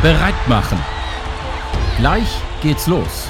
bereit machen. Gleich geht's los.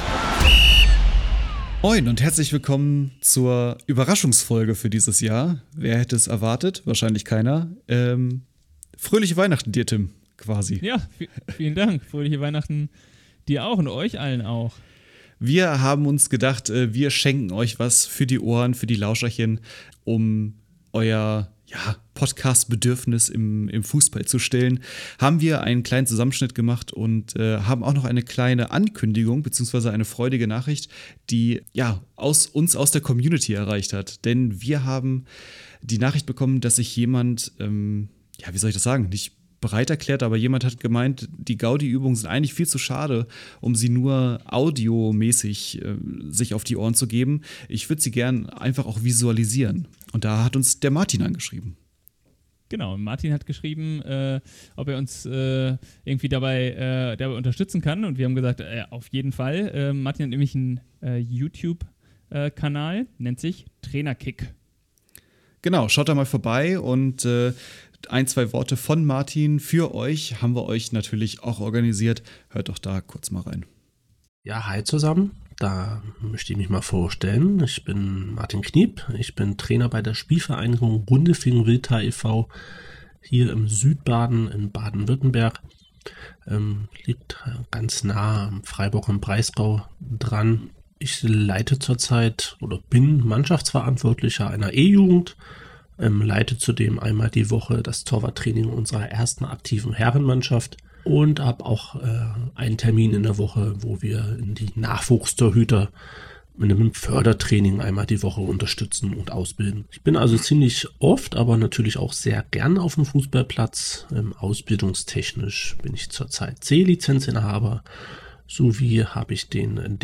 Moin und herzlich willkommen zur Überraschungsfolge für dieses Jahr. Wer hätte es erwartet? Wahrscheinlich keiner. Fröhliche Weihnachten dir, Tim, quasi. Ja, vielen Dank. Fröhliche Weihnachten dir auch und euch allen auch. Wir haben uns gedacht, wir schenken euch was für die Ohren, für die Lauscherchen, um euer Podcast-Bedürfnis im Fußball zu stillen. Haben wir einen kleinen Zusammenschnitt gemacht und haben auch noch eine kleine Ankündigung bzw. eine freudige Nachricht, die aus der Community erreicht hat. Denn wir haben die Nachricht bekommen, dass sich jemand, wie soll ich das sagen, nicht bereit erklärt, aber jemand hat gemeint, die Gaudi-Übungen sind eigentlich viel zu schade, um sie nur audiomäßig sich auf die Ohren zu geben. Ich würde sie gern einfach auch visualisieren. Und da hat uns der Martin angeschrieben. Genau, Martin hat geschrieben, ob er uns irgendwie dabei unterstützen kann. Und wir haben gesagt, auf jeden Fall. Martin hat nämlich einen YouTube-Kanal, nennt sich Trainerkick. Genau, schaut da mal vorbei und ein, zwei Worte von Martin für euch haben wir euch natürlich auch organisiert. Hört doch da kurz mal rein. Ja, hi zusammen. Da möchte ich mich mal vorstellen. Ich bin Martin Kniep. Ich bin Trainer bei der Spielvereinigung Gundefingen-Wiltha e.V. hier im Südbaden in Baden-Württemberg. Liegt ganz nah am Freiburg im Breisgau dran. Ich leite zurzeit oder bin Mannschaftsverantwortlicher einer E-Jugend. Leite zudem einmal die Woche das Torwarttraining unserer ersten aktiven Herrenmannschaft und habe auch einen Termin in der Woche, wo wir die Nachwuchstorhüter mit einem Fördertraining einmal die Woche unterstützen und ausbilden. Ich bin also ziemlich oft, aber natürlich auch sehr gern auf dem Fußballplatz. Ausbildungstechnisch bin ich zurzeit C-Lizenzinhaber, sowie habe ich den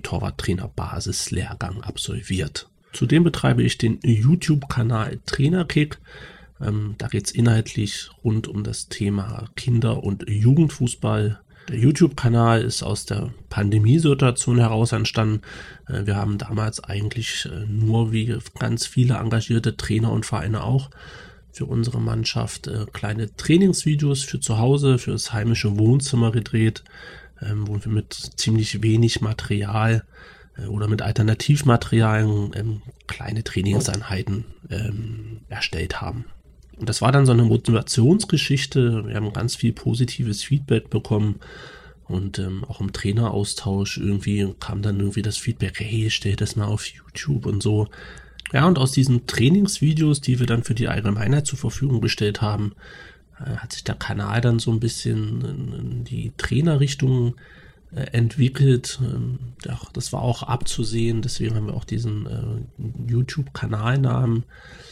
DFB-Torwarttrainer-Basislehrgang absolviert. Zudem betreibe ich den YouTube-Kanal Trainerkick. Da geht es inhaltlich rund um das Thema Kinder- und Jugendfußball. Der YouTube-Kanal ist aus der Pandemiesituation heraus entstanden. Wir haben damals eigentlich nur wie ganz viele engagierte Trainer und Vereine auch für unsere Mannschaft kleine Trainingsvideos für zu Hause, für das heimische Wohnzimmer gedreht, wo wir mit ziemlich wenig Material oder mit Alternativmaterialien kleine Trainingseinheiten erstellt haben. Und das war dann so eine Motivationsgeschichte. Wir haben ganz viel positives Feedback bekommen und auch im Traineraustausch irgendwie kam dann irgendwie das Feedback, hey, stell das mal auf YouTube und so. Ja, und aus diesen Trainingsvideos, die wir dann für die Allgemeinheit zur Verfügung gestellt haben, hat sich der Kanal dann so ein bisschen in die Trainerrichtung entwickelt. Das war auch abzusehen, deswegen haben wir auch diesen YouTube-Kanalnamen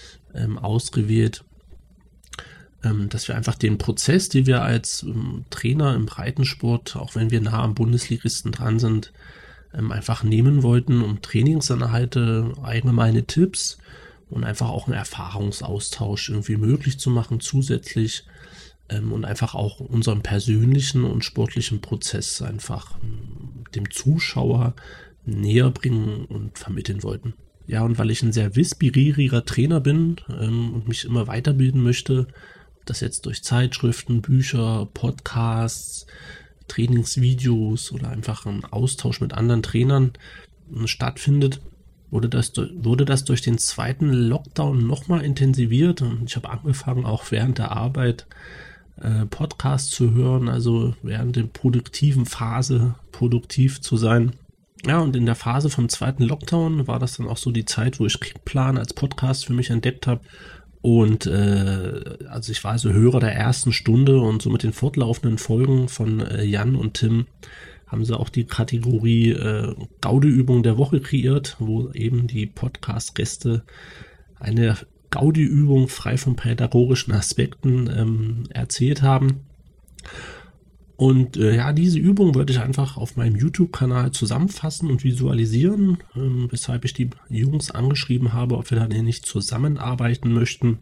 ausgewählt, dass wir einfach den Prozess, den wir als Trainer im Breitensport, auch wenn wir nah am Bundesligisten dran sind, einfach nehmen wollten, um Trainingsinhalte, allgemeine Tipps und einfach auch einen Erfahrungsaustausch irgendwie möglich zu machen zusätzlich, und einfach auch unseren persönlichen und sportlichen Prozess einfach dem Zuschauer näher bringen und vermitteln wollten. Ja, und weil ich ein sehr wissbegieriger Trainer bin und mich immer weiterbilden möchte, ob das jetzt durch Zeitschriften, Bücher, Podcasts, Trainingsvideos oder einfach ein Austausch mit anderen Trainern stattfindet, wurde das durch den zweiten Lockdown nochmal intensiviert. Und ich habe angefangen, auch während der Arbeit Podcasts zu hören, also während der produktiven Phase produktiv zu sein. Ja, und in der Phase vom zweiten Lockdown war das dann auch so die Zeit, wo ich Kickplan als Podcast für mich entdeckt habe. Und also ich war also Hörer der ersten Stunde und so mit den fortlaufenden Folgen von Jan und Tim haben sie auch die Kategorie Gaudi-Übung der Woche kreiert, wo eben die Podcast-Gäste eine Gaudi-Übung frei von pädagogischen Aspekten erzählt haben. Und diese Übung wollte ich einfach auf meinem YouTube-Kanal zusammenfassen und visualisieren, weshalb ich die Jungs angeschrieben habe, ob wir dann nicht zusammenarbeiten möchten.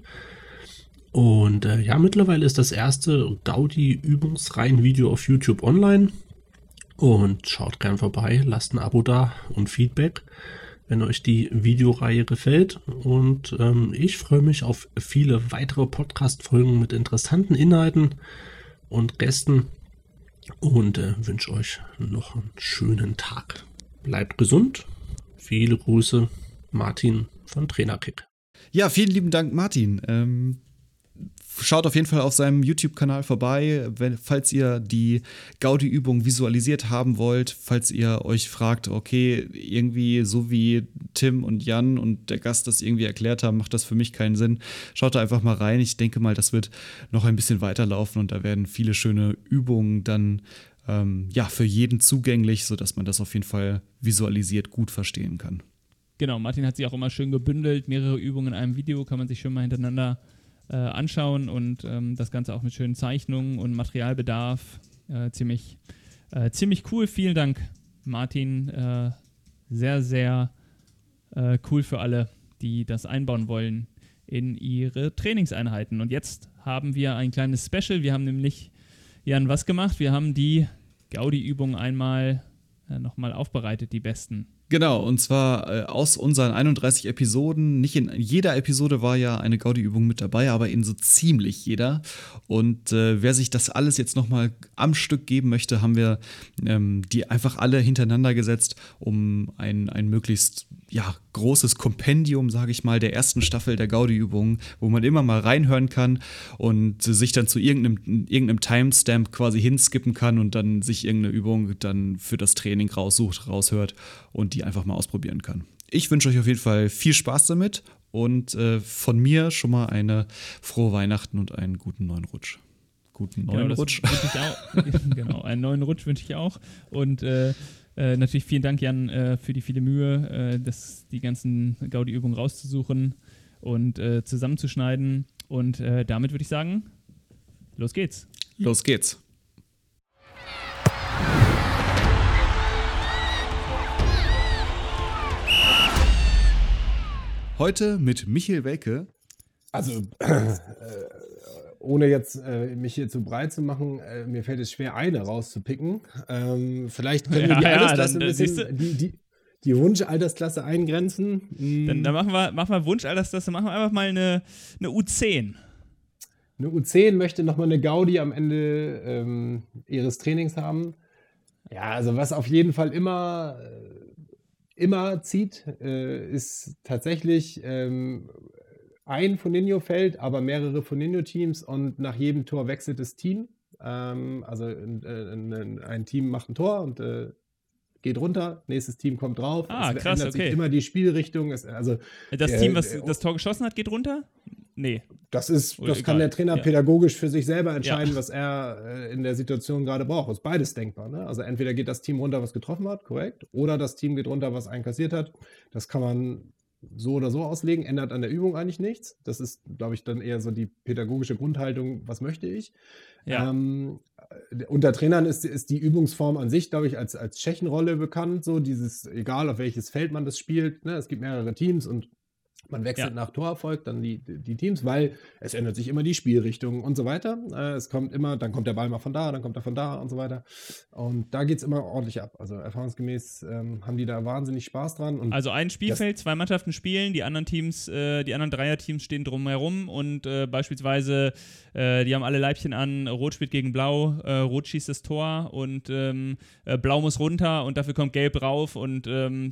Und mittlerweile ist das erste Gaudi-Übungsreihen-Video auf YouTube online. Und schaut gern vorbei, lasst ein Abo da und Feedback, wenn euch die Videoreihe gefällt. Und ich freue mich auf viele weitere Podcast-Folgen mit interessanten Inhalten und Gästen. und wünsche euch noch einen schönen Tag. Bleibt gesund. Viele Grüße, Martin von Trainerkick. Ja, vielen lieben Dank, Martin. Schaut auf jeden Fall auf seinem YouTube-Kanal vorbei, falls ihr die Gaudi-Übung visualisiert haben wollt, falls ihr euch fragt, okay, irgendwie so wie Tim und Jan und der Gast das irgendwie erklärt haben, macht das für mich keinen Sinn. Schaut da einfach mal rein. Ich denke mal, das wird noch ein bisschen weiterlaufen und da werden viele schöne Übungen dann für jeden zugänglich, sodass man das auf jeden Fall visualisiert gut verstehen kann. Genau, Martin hat sich auch immer schön gebündelt, mehrere Übungen in einem Video kann man sich schön mal hintereinander anschauen und das Ganze auch mit schönen Zeichnungen und Materialbedarf. Ziemlich cool. Vielen Dank, Martin. Sehr, sehr cool für alle, die das einbauen wollen in ihre Trainingseinheiten. Und jetzt haben wir ein kleines Special. Wir haben nämlich, Jan, was gemacht? Wir haben die Gaudi-Übungen einmal nochmal aufbereitet, die besten. Genau, und zwar aus unseren 31 Episoden. Nicht in jeder Episode war ja eine Gaudi-Übung mit dabei, aber in so ziemlich jeder. Und wer sich das alles jetzt nochmal am Stück geben möchte, haben wir die einfach alle hintereinander gesetzt, um ein möglichst großes Kompendium, sage ich mal, der ersten Staffel der Gaudi-Übungen, wo man immer mal reinhören kann und sich dann zu irgendeinem Timestamp quasi hinskippen kann und dann sich irgendeine Übung dann für das Training raushört und die einfach mal ausprobieren kann. Ich wünsche euch auf jeden Fall viel Spaß damit und von mir schon mal eine frohe Weihnachten und einen guten neuen Rutsch. Guten neuen Rutsch. Wünsche ich auch. Genau, einen neuen Rutsch wünsche ich auch. Und natürlich vielen Dank, Jan, für die viele Mühe, die ganzen Gaudi-Übungen rauszusuchen und zusammenzuschneiden. Und damit würde ich sagen, los geht's. Los geht's. Heute mit Michael Welke. Also, ohne jetzt mich hier zu breit zu machen, mir fällt es schwer, eine rauszupicken. Vielleicht können wir die Altersklasse ein bisschen, die Wunschaltersklasse eingrenzen. Dann machen wir Wunschaltersklasse, machen wir einfach mal eine U10. Eine U10 möchte nochmal eine Gaudi am Ende ihres Trainings haben. Ja, also was auf jeden Fall immer zieht, ist tatsächlich ein Foninho-Feld, aber mehrere Foninho-Teams und nach jedem Tor wechselt das Team. Also ein Team macht ein Tor und geht runter, nächstes Team kommt drauf. Es ändert sich immer die Spielrichtung. Das Team, was das Tor geschossen hat, geht runter? Nee. Das kann der Trainer pädagogisch für sich selber entscheiden, was er in der Situation gerade braucht. Ist beides denkbar. Ne? Also entweder geht das Team runter, was getroffen hat, korrekt, oder das Team geht runter, was einkassiert hat. Das kann man so oder so auslegen, ändert an der Übung eigentlich nichts. Das ist, glaube ich, dann eher so die pädagogische Grundhaltung, was möchte ich. Ja. Unter Trainern ist die Übungsform an sich, glaube ich, als Tschechenrolle bekannt. So dieses, egal auf welches Feld man das spielt, ne? Es gibt mehrere Teams und man wechselt nach Torerfolg dann die Teams, weil es ändert sich immer die Spielrichtung und so weiter. Dann kommt der Ball mal von da, dann kommt er von da und so weiter. Und da geht es immer ordentlich ab. Also erfahrungsgemäß haben die da wahnsinnig Spaß dran. Und also ein Spielfeld, zwei Mannschaften spielen, die anderen Dreierteams stehen drumherum und beispielsweise, die haben alle Leibchen an, Rot spielt gegen Blau, Rot schießt das Tor und Blau muss runter und dafür kommt Gelb rauf und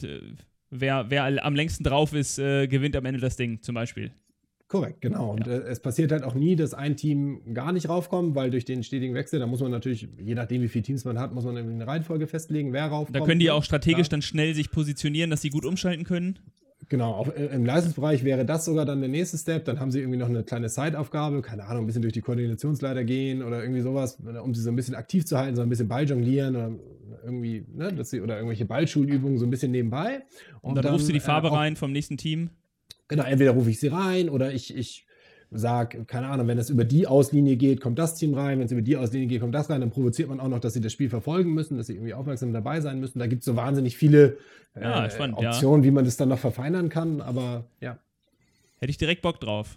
wer am längsten drauf ist, gewinnt am Ende das Ding, zum Beispiel. Korrekt, genau. Und es passiert halt auch nie, dass ein Team gar nicht raufkommt, weil durch den stetigen Wechsel, da muss man natürlich, je nachdem wie viele Teams man hat, muss man eine Reihenfolge festlegen, wer raufkommt. Da können die auch strategisch dann schnell sich positionieren, dass sie gut umschalten können. Genau, auch im Leistungsbereich wäre das sogar dann der nächste Step. Dann haben sie irgendwie noch eine kleine Side-Aufgabe, keine Ahnung, ein bisschen durch die Koordinationsleiter gehen oder irgendwie sowas, um sie so ein bisschen aktiv zu halten, so ein bisschen Ball jonglieren oder irgendwie, ne, oder irgendwelche Ballschulübungen so ein bisschen nebenbei. Und dann rufst du die Farbe rein vom nächsten Team. Genau, entweder rufe ich sie rein oder ich sage, keine Ahnung, wenn es über die Auslinie geht, kommt das Team rein, wenn es über die Auslinie geht, kommt das rein, dann provoziert man auch noch, dass sie das Spiel verfolgen müssen, dass sie irgendwie aufmerksam dabei sein müssen. Da gibt es so wahnsinnig viele Optionen, wie man das dann noch verfeinern kann, aber ja. Hätte ich direkt Bock drauf.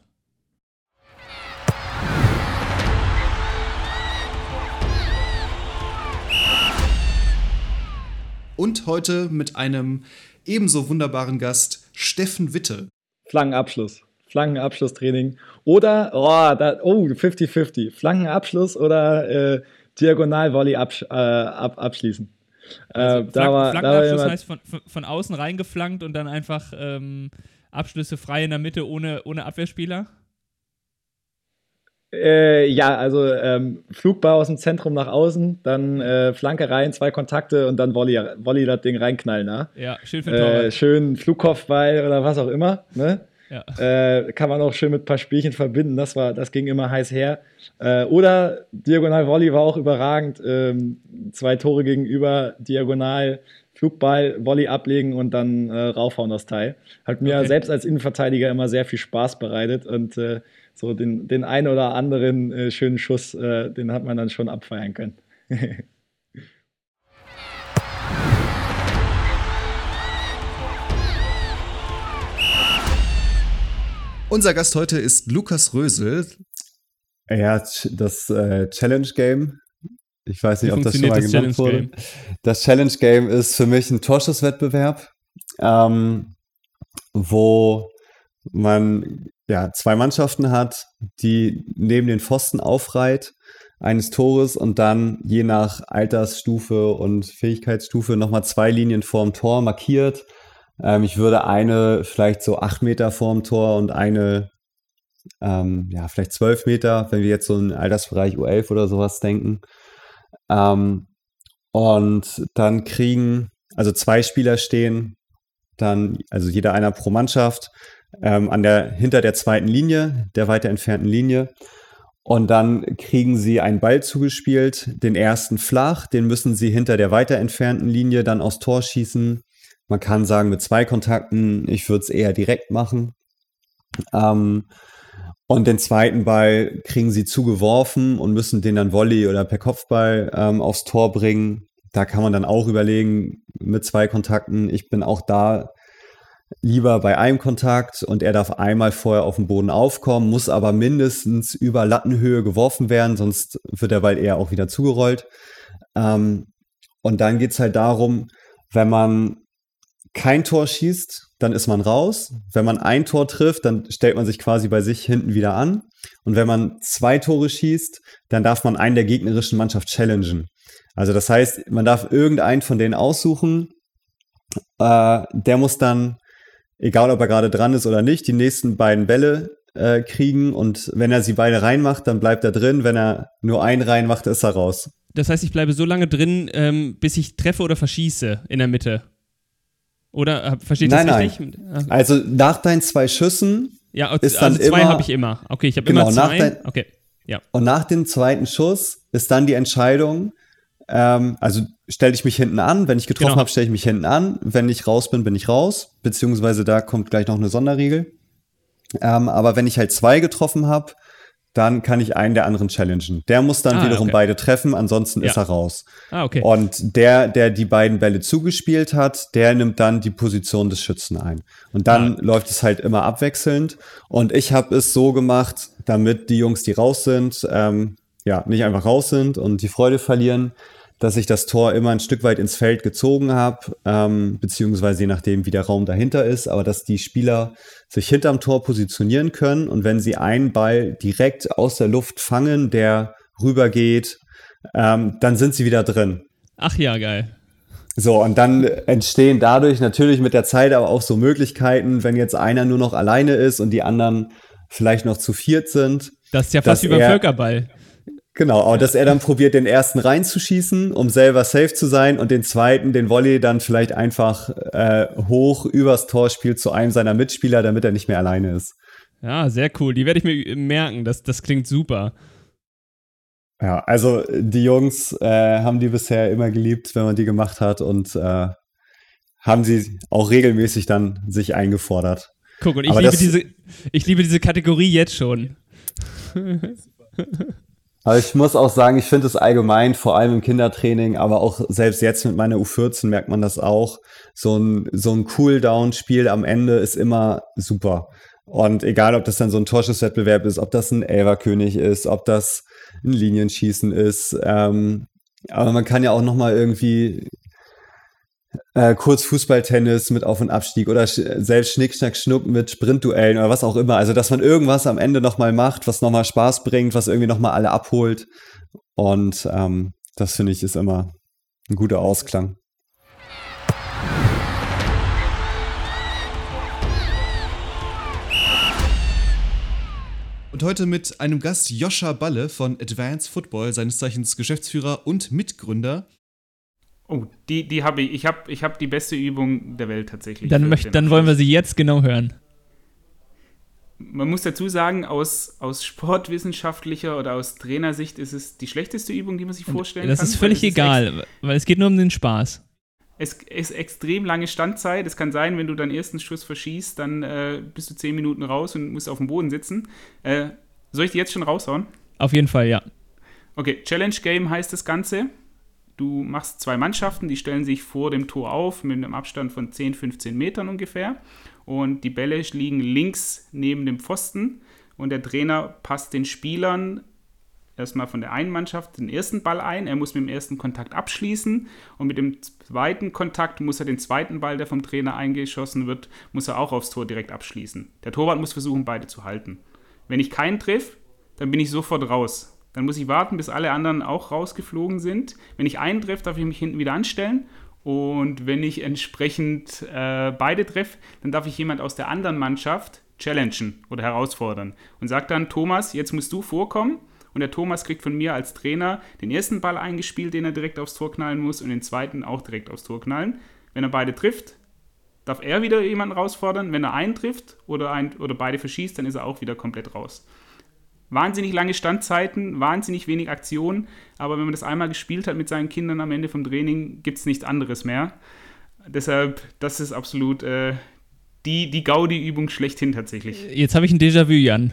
Und heute mit einem ebenso wunderbaren Gast, Steffen Witte. Flankenabschlusstraining oder 50-50, Flankenabschluss oder Diagonal-Volley abschließen. Also Flankenabschluss heißt von außen reingeflankt und dann einfach Abschlüsse frei in der Mitte ohne Abwehrspieler? Flugball aus dem Zentrum nach außen, dann Flanke rein, 2 Kontakte und dann Volley das Ding reinknallen. Ne? Ja, schön für Torwart. Schön Flugkopfball oder was auch immer. Ne? Ja. Kann man auch schön mit ein paar Spielchen verbinden. Das ging immer heiß her. Oder Diagonal-Volley war auch überragend. 2 Tore gegenüber, Diagonal, Flugball, Volley ablegen und dann raufhauen das Teil. Hat mir selbst als Innenverteidiger immer sehr viel Spaß bereitet und so den einen oder anderen schönen Schuss, den hat man dann schon abfeiern können. Unser Gast heute ist Lukas Rösel. Ja, das Challenge Game. Ich weiß nicht, ob das schon mal genannt wurde. Das Challenge Game ist für mich ein Torschusswettbewerb, wo man 2 Mannschaften hat, die neben den Pfosten aufreiht eines Tores und dann je nach Altersstufe und Fähigkeitsstufe nochmal 2 Linien vorm Tor markiert. Ich würde eine vielleicht so 8 Meter vorm Tor und eine vielleicht 12 Meter, wenn wir jetzt so einen Altersbereich U11 oder sowas denken. Und dann also 2 Spieler stehen, dann, also jeder einer pro Mannschaft, hinter der zweiten Linie, der weiter entfernten Linie. Und dann kriegen sie einen Ball zugespielt, den ersten flach, den müssen sie hinter der weiter entfernten Linie dann aufs Tor schießen. Man kann sagen mit 2 Kontakten, ich würde es eher direkt machen. Und den zweiten Ball kriegen sie zugeworfen und müssen den dann Volley oder per Kopfball aufs Tor bringen. Da kann man dann auch überlegen mit 2 Kontakten. Ich bin auch da lieber bei einem Kontakt und er darf einmal vorher auf den Boden aufkommen, muss aber mindestens über Lattenhöhe geworfen werden, sonst wird der Ball eher auch wieder zugerollt. Und dann geht es halt darum, wenn man kein Tor schießt, dann ist man raus. Wenn man ein Tor trifft, dann stellt man sich quasi bei sich hinten wieder an. Und wenn man 2 Tore schießt, dann darf man einen der gegnerischen Mannschaft challengen. Also das heißt, man darf irgendeinen von denen aussuchen. Der muss dann, egal ob er gerade dran ist oder nicht, die nächsten beiden Bälle kriegen. Und wenn er sie beide reinmacht, dann bleibt er drin. Wenn er nur einen reinmacht, ist er raus. Das heißt, ich bleibe so lange drin, bis ich treffe oder verschieße in der Mitte. Oder versteht das richtig? Nein. Also nach deinen 2 Schüssen ist dann 2 habe ich immer. Okay, ich habe immer 2. Okay, ja. Und nach dem zweiten Schuss ist dann die Entscheidung, also stelle ich mich hinten an, wenn ich getroffen habe, stelle ich mich hinten an, wenn ich raus bin ich raus, beziehungsweise da kommt gleich noch eine Sonderregel. Aber wenn ich halt 2 getroffen habe, dann kann ich einen der anderen challengen. Der muss dann wiederum beide treffen, ansonsten ist er raus. Okay. Und der die beiden Bälle zugespielt hat, der nimmt dann die Position des Schützen ein. Und dann läuft es halt immer abwechselnd. Und ich habe es so gemacht, damit die Jungs, die raus sind, nicht einfach raus sind und die Freude verlieren, dass ich das Tor immer ein Stück weit ins Feld gezogen habe, beziehungsweise je nachdem, wie der Raum dahinter ist, aber dass die Spieler sich hinterm Tor positionieren können und wenn sie einen Ball direkt aus der Luft fangen, der rübergeht, dann sind sie wieder drin. Ach ja, geil. So, und dann entstehen dadurch natürlich mit der Zeit aber auch so Möglichkeiten, wenn jetzt einer nur noch alleine ist und die anderen vielleicht noch zu 4 sind. Das ist ja fast wie beim Völkerball. Genau, aber dass er dann probiert, den ersten reinzuschießen, um selber safe zu sein und den zweiten, den Volley, dann vielleicht einfach hoch übers Tor spielt zu einem seiner Mitspieler, damit er nicht mehr alleine ist. Ja, sehr cool. Die werde ich mir merken. Das klingt super. Ja, also die Jungs haben die bisher immer geliebt, wenn man die gemacht hat und haben sie auch regelmäßig dann sich eingefordert. Guck, und ich liebe diese Kategorie jetzt schon. Aber ich muss auch sagen, ich finde es allgemein, vor allem im Kindertraining, aber auch selbst jetzt mit meiner U14 merkt man das auch, so ein Cooldown-Spiel am Ende ist immer super. Und egal, ob das dann so ein Torschusswettbewerb ist, ob das ein Elferkönig ist, ob das ein Linienschießen ist, aber man kann ja auch nochmal irgendwie kurz Fußballtennis mit Auf- und Abstieg oder selbst Schnick, Schnack, Schnuck mit Sprintduellen oder was auch immer. Also, dass man irgendwas am Ende nochmal macht, was nochmal Spaß bringt, was irgendwie nochmal alle abholt. Und das finde ich ist immer ein guter Ausklang. Und heute mit einem Gast, Joscha Balle von Advanced Football, seines Zeichens Geschäftsführer und Mitgründer. Oh, die habe ich. Ich hab die beste Übung der Welt tatsächlich. Dann wollen wir sie jetzt genau hören. Man muss dazu sagen, aus sportwissenschaftlicher oder aus Trainersicht ist es die schlechteste Übung, die man sich vorstellen kann. Das ist völlig egal, weil es geht nur um den Spaß. Es ist extrem lange Standzeit. Es kann sein, wenn du deinen ersten Schuss verschießt, dann bist du 10 Minuten raus und musst auf dem Boden sitzen. Soll ich die jetzt schon raushauen? Auf jeden Fall, ja. Okay, Challenge Game heißt das Ganze. Du machst 2 Mannschaften, die stellen sich vor dem Tor auf mit einem Abstand von 10, 15 Metern ungefähr. Und die Bälle liegen links neben dem Pfosten. Und der Trainer passt den Spielern erstmal von der einen Mannschaft den ersten Ball ein. Er muss mit dem ersten Kontakt abschließen. Und mit dem zweiten Kontakt muss er den zweiten Ball, der vom Trainer eingeschossen wird, muss er auch aufs Tor direkt abschließen. Der Torwart muss versuchen, beide zu halten. Wenn ich keinen treffe, dann bin ich sofort raus. Dann muss ich warten, bis alle anderen auch rausgeflogen sind. Wenn ich einen treffe, darf ich mich hinten wieder anstellen. Und wenn ich entsprechend beide treffe, dann darf ich jemand aus der anderen Mannschaft challengen oder herausfordern. Und sagt dann, Thomas, jetzt musst du vorkommen. Und der Thomas kriegt von mir als Trainer den ersten Ball eingespielt, den er direkt aufs Tor knallen muss, und den zweiten auch direkt aufs Tor knallen. Wenn er beide trifft, darf er wieder jemanden herausfordern. Wenn er einen trifft oder beide verschießt, dann ist er auch wieder komplett raus. Wahnsinnig lange Standzeiten, wahnsinnig wenig Aktionen, aber wenn man das einmal gespielt hat mit seinen Kindern am Ende vom Training, gibt es nichts anderes mehr. Deshalb, das ist absolut die Gaudi-Übung schlechthin tatsächlich. Jetzt habe ich ein Déjà-vu, Jan.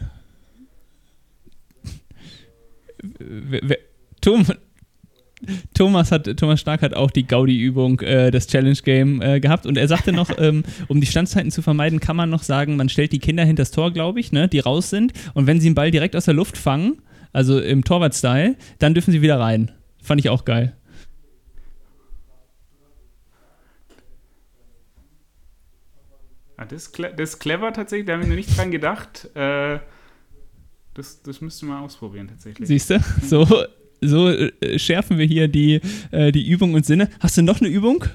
Thomas Stark hat auch die Gaudi-Übung, das Challenge-Game gehabt, und er sagte noch, um die Standzeiten zu vermeiden, kann man noch sagen, man stellt die Kinder hinter das Tor, glaube ich, ne, die raus sind, und wenn sie den Ball direkt aus der Luft fangen, also im Torwart-Style, dann dürfen sie wieder rein. Fand ich auch geil. Ah, das ist clever tatsächlich, da habe ich noch nicht dran gedacht. Das müsste man ausprobieren tatsächlich. Siehst du? So schärfen wir hier die Übung und Sinne. Hast du noch eine Übung?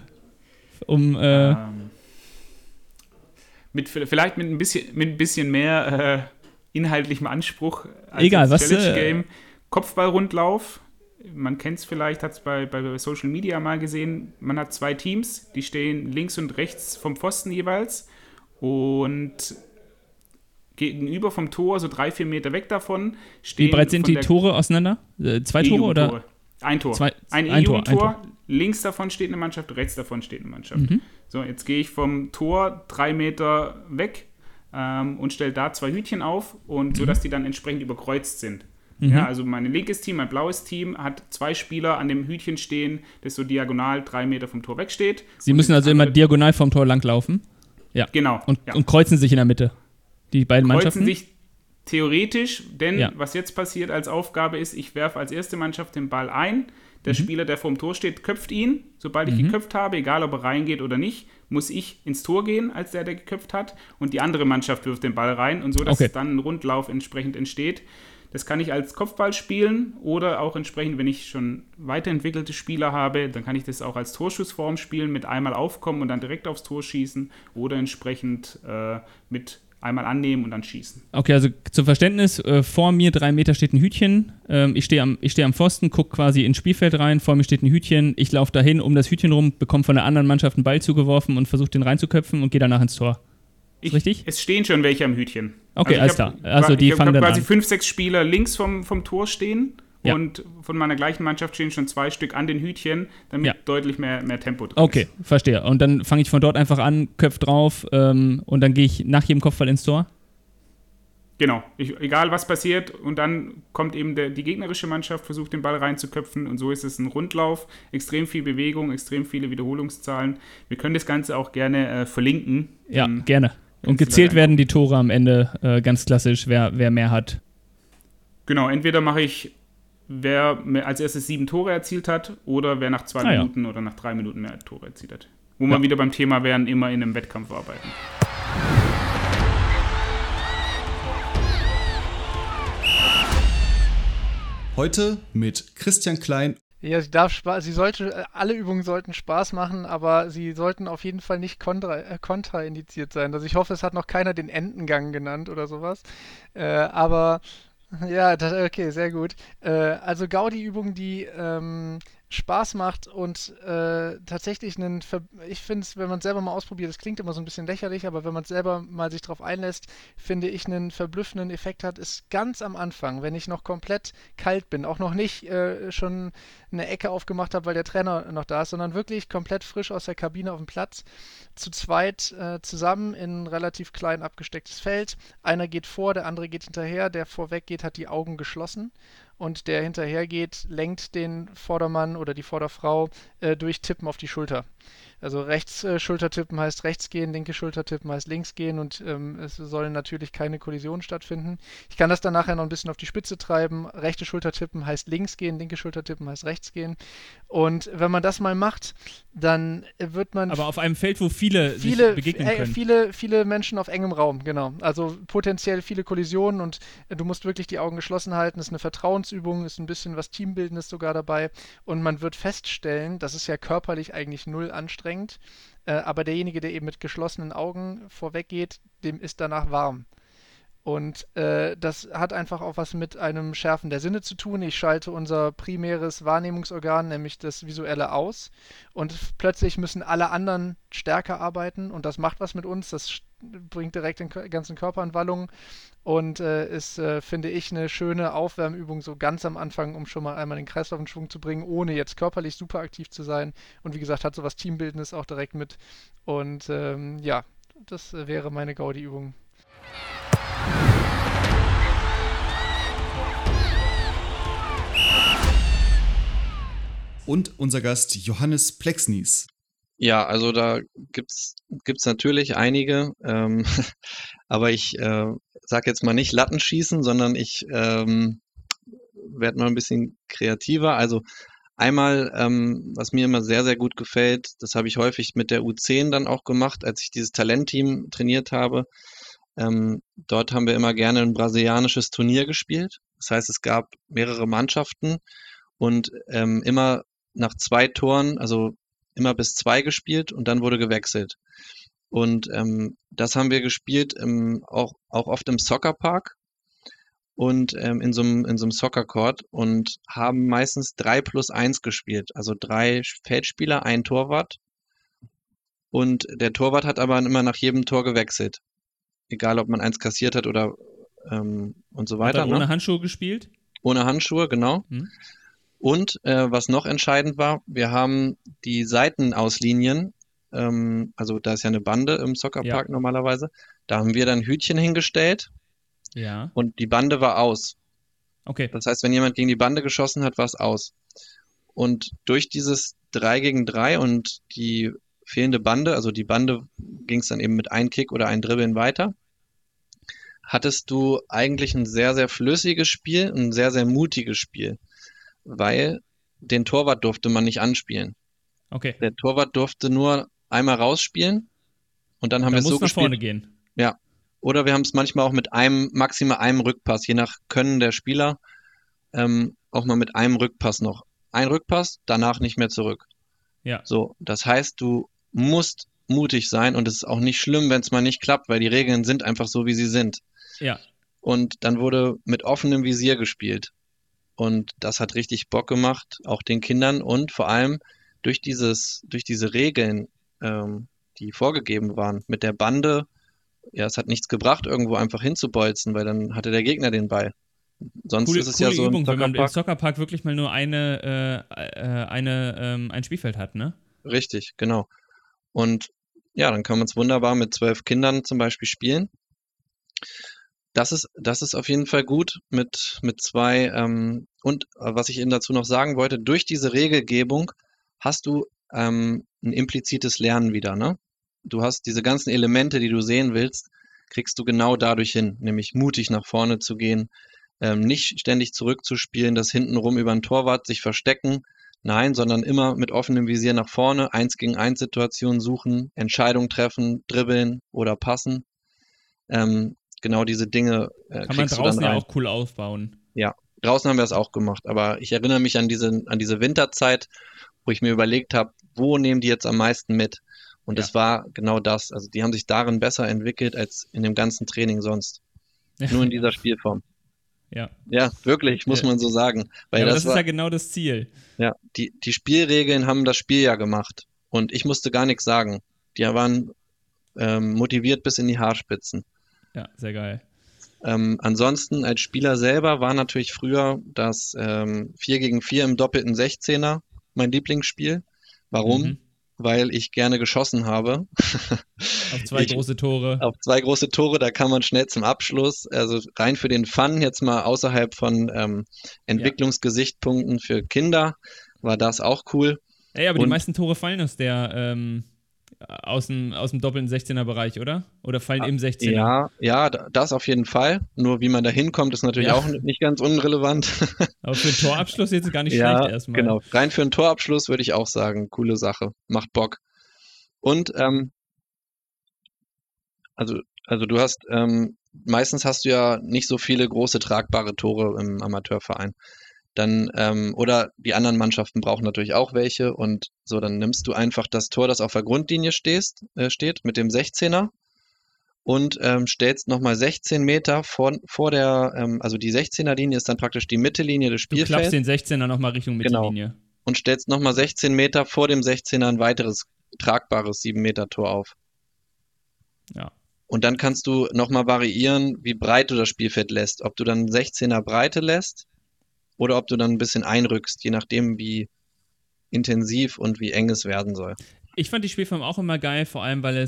Vielleicht mit ein bisschen mehr inhaltlichem Anspruch als egal, das was Challenge-Game. Kopfballrundlauf. Man kennt es vielleicht, hat es bei Social Media mal gesehen. Man hat 2 Teams, die stehen links und rechts vom Pfosten jeweils. Und gegenüber vom Tor, so 3-4 Meter weg davon, stehen. Wie breit sind die Tore auseinander? 2 Tore oder? Ein Tor. Ein E-Jugendtor. Links davon steht eine Mannschaft, rechts davon steht eine Mannschaft. Mhm. So, jetzt gehe ich vom Tor 3 Meter weg und stelle da 2 Hütchen auf, und so, dass die dann entsprechend überkreuzt sind. Mhm. Ja, also mein linkes Team, mein blaues Team hat 2 Spieler an dem Hütchen stehen, das so diagonal 3 Meter vom Tor weg steht. Sie müssen also immer diagonal vom Tor langlaufen? Ja. Genau. Und kreuzen sich in der Mitte? Die beiden Mannschaften? Kreuzen sich theoretisch, denn was jetzt passiert als Aufgabe ist, ich werfe als erste Mannschaft den Ball ein. Der Spieler, der vorm Tor steht, köpft ihn. Sobald ich geköpft habe, egal ob er reingeht oder nicht, muss ich ins Tor gehen, als der geköpft hat. Und die andere Mannschaft wirft den Ball rein. Und so, dass es dann ein Rundlauf entsprechend entsteht. Das kann ich als Kopfball spielen oder auch entsprechend, wenn ich schon weiterentwickelte Spieler habe, dann kann ich das auch als Torschussform spielen, mit einmal aufkommen und dann direkt aufs Tor schießen, oder entsprechend mit einmal annehmen und dann schießen. Okay, also zum Verständnis, vor mir 3 Meter steht ein Hütchen, ich stehe am Pfosten, gucke quasi ins Spielfeld rein, vor mir steht ein Hütchen, ich laufe dahin um das Hütchen rum, bekomme von der anderen Mannschaft einen Ball zugeworfen und versuche den reinzuköpfen und gehe danach ins Tor. Ist richtig? Es stehen schon welche am Hütchen. Okay, alles klar. Also die fangen dann an. Ich habe quasi 5, 6 Spieler links vom Tor stehen. Ja. Und von meiner gleichen Mannschaft stehen schon 2 Stück an den Hütchen, damit deutlich mehr Tempo drin ist. Okay, verstehe. Und dann fange ich von dort einfach an, köpf drauf und dann gehe ich nach jedem Kopfball ins Tor? Genau. Egal, was passiert. Und dann kommt eben die gegnerische Mannschaft, versucht den Ball reinzuköpfen. Und so ist es ein Rundlauf. Extrem viel Bewegung, extrem viele Wiederholungszahlen. Wir können das Ganze auch gerne verlinken. Ja, gerne. Und gezählt werden die Tore am Ende ganz klassisch, wer mehr hat. Genau, entweder mache ich, wer als erstes 7 Tore erzielt hat, oder wer nach 2 Minuten oder nach 3 Minuten mehr Tore erzielt hat. Wo wir wieder beim Thema wären, immer in einem Wettkampf arbeiten. Heute mit Christian Klein. Ja, alle Übungen sollten Spaß machen, aber sie sollten auf jeden Fall nicht kontraindiziert sein. Also ich hoffe, es hat noch keiner den Entengang genannt oder sowas. Aber ja, okay, sehr gut. Also Gaudi-Übung, die Spaß macht und tatsächlich ich finde es, wenn man es selber mal ausprobiert, das klingt immer so ein bisschen lächerlich, aber wenn man es selber mal sich drauf einlässt, finde ich, einen verblüffenden Effekt hat, ist ganz am Anfang, wenn ich noch komplett kalt bin, auch noch nicht schon eine Ecke aufgemacht habe, weil der Trainer noch da ist, sondern wirklich komplett frisch aus der Kabine auf dem Platz, zu zweit zusammen in ein relativ klein abgestecktes Feld. Einer geht vor, der andere geht hinterher, der vorweg geht, hat die Augen geschlossen. Und der hinterher geht, lenkt den Vordermann oder die Vorderfrau durch Tippen auf die Schulter. Also rechts Schultertippen heißt rechts gehen, linke Schultertippen heißt links gehen und es sollen natürlich keine Kollisionen stattfinden. Ich kann das dann nachher noch ein bisschen auf die Spitze treiben. Rechte Schultertippen heißt links gehen, linke Schultertippen heißt rechts gehen. Und wenn man das mal macht, dann wird man... Aber auf einem Feld, wo viele sich begegnen können. Viele Menschen auf engem Raum, genau. Also potenziell viele Kollisionen und du musst wirklich die Augen geschlossen halten. Das ist eine Vertrauensübung, ist ein bisschen was Teambildendes sogar dabei. Und man wird feststellen, das ist ja körperlich eigentlich null anstrengend, aber derjenige, der eben mit geschlossenen Augen vorweggeht, dem ist danach warm. Und das hat einfach auch was mit einem Schärfen der Sinne zu tun. Ich schalte unser primäres Wahrnehmungsorgan, nämlich das Visuelle, aus. Und plötzlich müssen alle anderen stärker arbeiten. Und das macht was mit uns. Das bringt direkt den ganzen Körper in Wallung. Und ist, finde ich, eine schöne Aufwärmübung so ganz am Anfang, um schon mal einmal den Kreislauf in Schwung zu bringen, ohne jetzt körperlich super aktiv zu sein. Und wie gesagt, hat so was Teambildendes auch direkt mit. Und ja, das wäre meine Gaudi-Übung. Und unser Gast Johannes Plexnis. Ja, also da gibt's natürlich einige, aber ich sag jetzt mal nicht Lattenschießen, sondern ich werde mal ein bisschen kreativer. Also einmal, was mir immer sehr, sehr gut gefällt, das habe ich häufig mit der U10 dann auch gemacht, als ich dieses Talentteam trainiert habe. Dort haben wir immer gerne ein brasilianisches Turnier gespielt. Das heißt, es gab mehrere Mannschaften und immer nach 2 Toren, also immer bis 2 gespielt und dann wurde gewechselt. Und das haben wir gespielt, auch oft im Soccerpark und in so einem Soccer-Court und haben meistens 3+1 gespielt. Also 3 Feldspieler, ein Torwart. Und der Torwart hat aber immer nach jedem Tor gewechselt. Egal, ob man eins kassiert hat oder und so weiter. Hat er ohne Handschuhe gespielt? Ohne Handschuhe, genau. Und was noch entscheidend war, wir haben die Seitenauslinien, also da ist ja eine Bande im Soccerpark normalerweise, da haben wir dann Hütchen hingestellt und die Bande war aus. Okay. Das heißt, wenn jemand gegen die Bande geschossen hat, war es aus. Und durch dieses 3 gegen 3 und die fehlende Bande, also die Bande ging es dann eben mit einem Kick oder einem Dribbeln weiter, hattest du eigentlich ein sehr, sehr flüssiges Spiel, ein sehr, sehr mutiges Spiel. Weil den Torwart durfte man nicht anspielen. Okay. Der Torwart durfte nur einmal rausspielen und dann haben wir es so gespielt. Nach vorne gehen. Ja. Oder wir haben es manchmal auch mit maximal einem Rückpass, je nach Können der Spieler, auch mal mit einem Rückpass noch. Ein Rückpass, danach nicht mehr zurück. Ja. So, das heißt, du musst mutig sein und es ist auch nicht schlimm, wenn es mal nicht klappt, weil die Regeln sind einfach so, wie sie sind. Ja. Und dann wurde mit offenem Visier gespielt. Und das hat richtig Bock gemacht, auch den Kindern und vor allem durch diese Regeln, die vorgegeben waren, mit der Bande, ja, es hat nichts gebracht, irgendwo einfach hinzubolzen, weil dann hatte der Gegner den Ball. Sonst ist es ja so Übung, wenn man im Soccerpark wirklich mal nur ein Spielfeld hat, ne? Richtig, genau. Und ja, dann kann man es wunderbar mit 12 Kindern zum Beispiel spielen. Das ist auf jeden Fall gut mit 2. Und was ich eben dazu noch sagen wollte, durch diese Regelgebung hast du ein implizites Lernen wieder, ne? Du hast diese ganzen Elemente, die du sehen willst, kriegst du genau dadurch hin, nämlich mutig nach vorne zu gehen, nicht ständig zurückzuspielen, das hintenrum über den Torwart sich verstecken, nein, sondern immer mit offenem Visier nach vorne, 1 gegen 1 Situationen suchen, Entscheidung treffen, dribbeln oder passen. Genau diese Dinge kann man draußen ja auch cool aufbauen. Ja, draußen haben wir es auch gemacht, aber ich erinnere mich an diese Winterzeit, wo ich mir überlegt habe, wo nehmen die jetzt am meisten mit? Und es war genau das. Also die haben sich darin besser entwickelt als in dem ganzen Training sonst. Nur in dieser Spielform. Ja. Ja, wirklich, muss man so sagen. Weil das ist ja genau das Ziel. Ja, die Spielregeln haben das Spiel ja gemacht. Und ich musste gar nichts sagen. Die waren motiviert bis in die Haarspitzen. Ja, sehr geil. Ansonsten als Spieler selber war natürlich früher das 4-gegen-4 im doppelten 16er mein Lieblingsspiel. Warum? Weil ich gerne geschossen habe. Auf 2 große Tore. Auf 2 große Tore, da kann man schnell zum Abschluss, also rein für den Fun, jetzt mal außerhalb von Entwicklungsgesichtspunkten für Kinder, war das auch cool. Ey, aber die meisten Tore fallen aus der aus dem doppelten 16er-Bereich, oder? Oder fallen im 16er? Ja, das auf jeden Fall. Nur wie man da hinkommt, ist natürlich auch nicht ganz unrelevant. Aber für einen Torabschluss jetzt gar nicht schlecht erstmal. Genau. Rein für einen Torabschluss würde ich auch sagen, coole Sache. Macht Bock. Und also du hast meistens hast du ja nicht so viele große tragbare Tore im Amateurverein. Dann, oder die anderen Mannschaften brauchen natürlich auch welche und so, dann nimmst du einfach das Tor, das auf der Grundlinie steht mit dem 16er und stellst nochmal 16 Meter vor der, also die 16er-Linie ist dann praktisch die Mittellinie des Spielfelds. Du klappst den 16er nochmal Richtung Mittellinie. Genau. Und stellst nochmal 16 Meter vor dem 16er ein weiteres tragbares 7-Meter-Tor auf. Ja. Und dann kannst du nochmal variieren, wie breit du das Spielfeld lässt. Ob du dann 16er Breite lässt oder ob du dann ein bisschen einrückst, je nachdem, wie intensiv und wie eng es werden soll. Ich fand die Spielform auch immer geil, vor allem, weil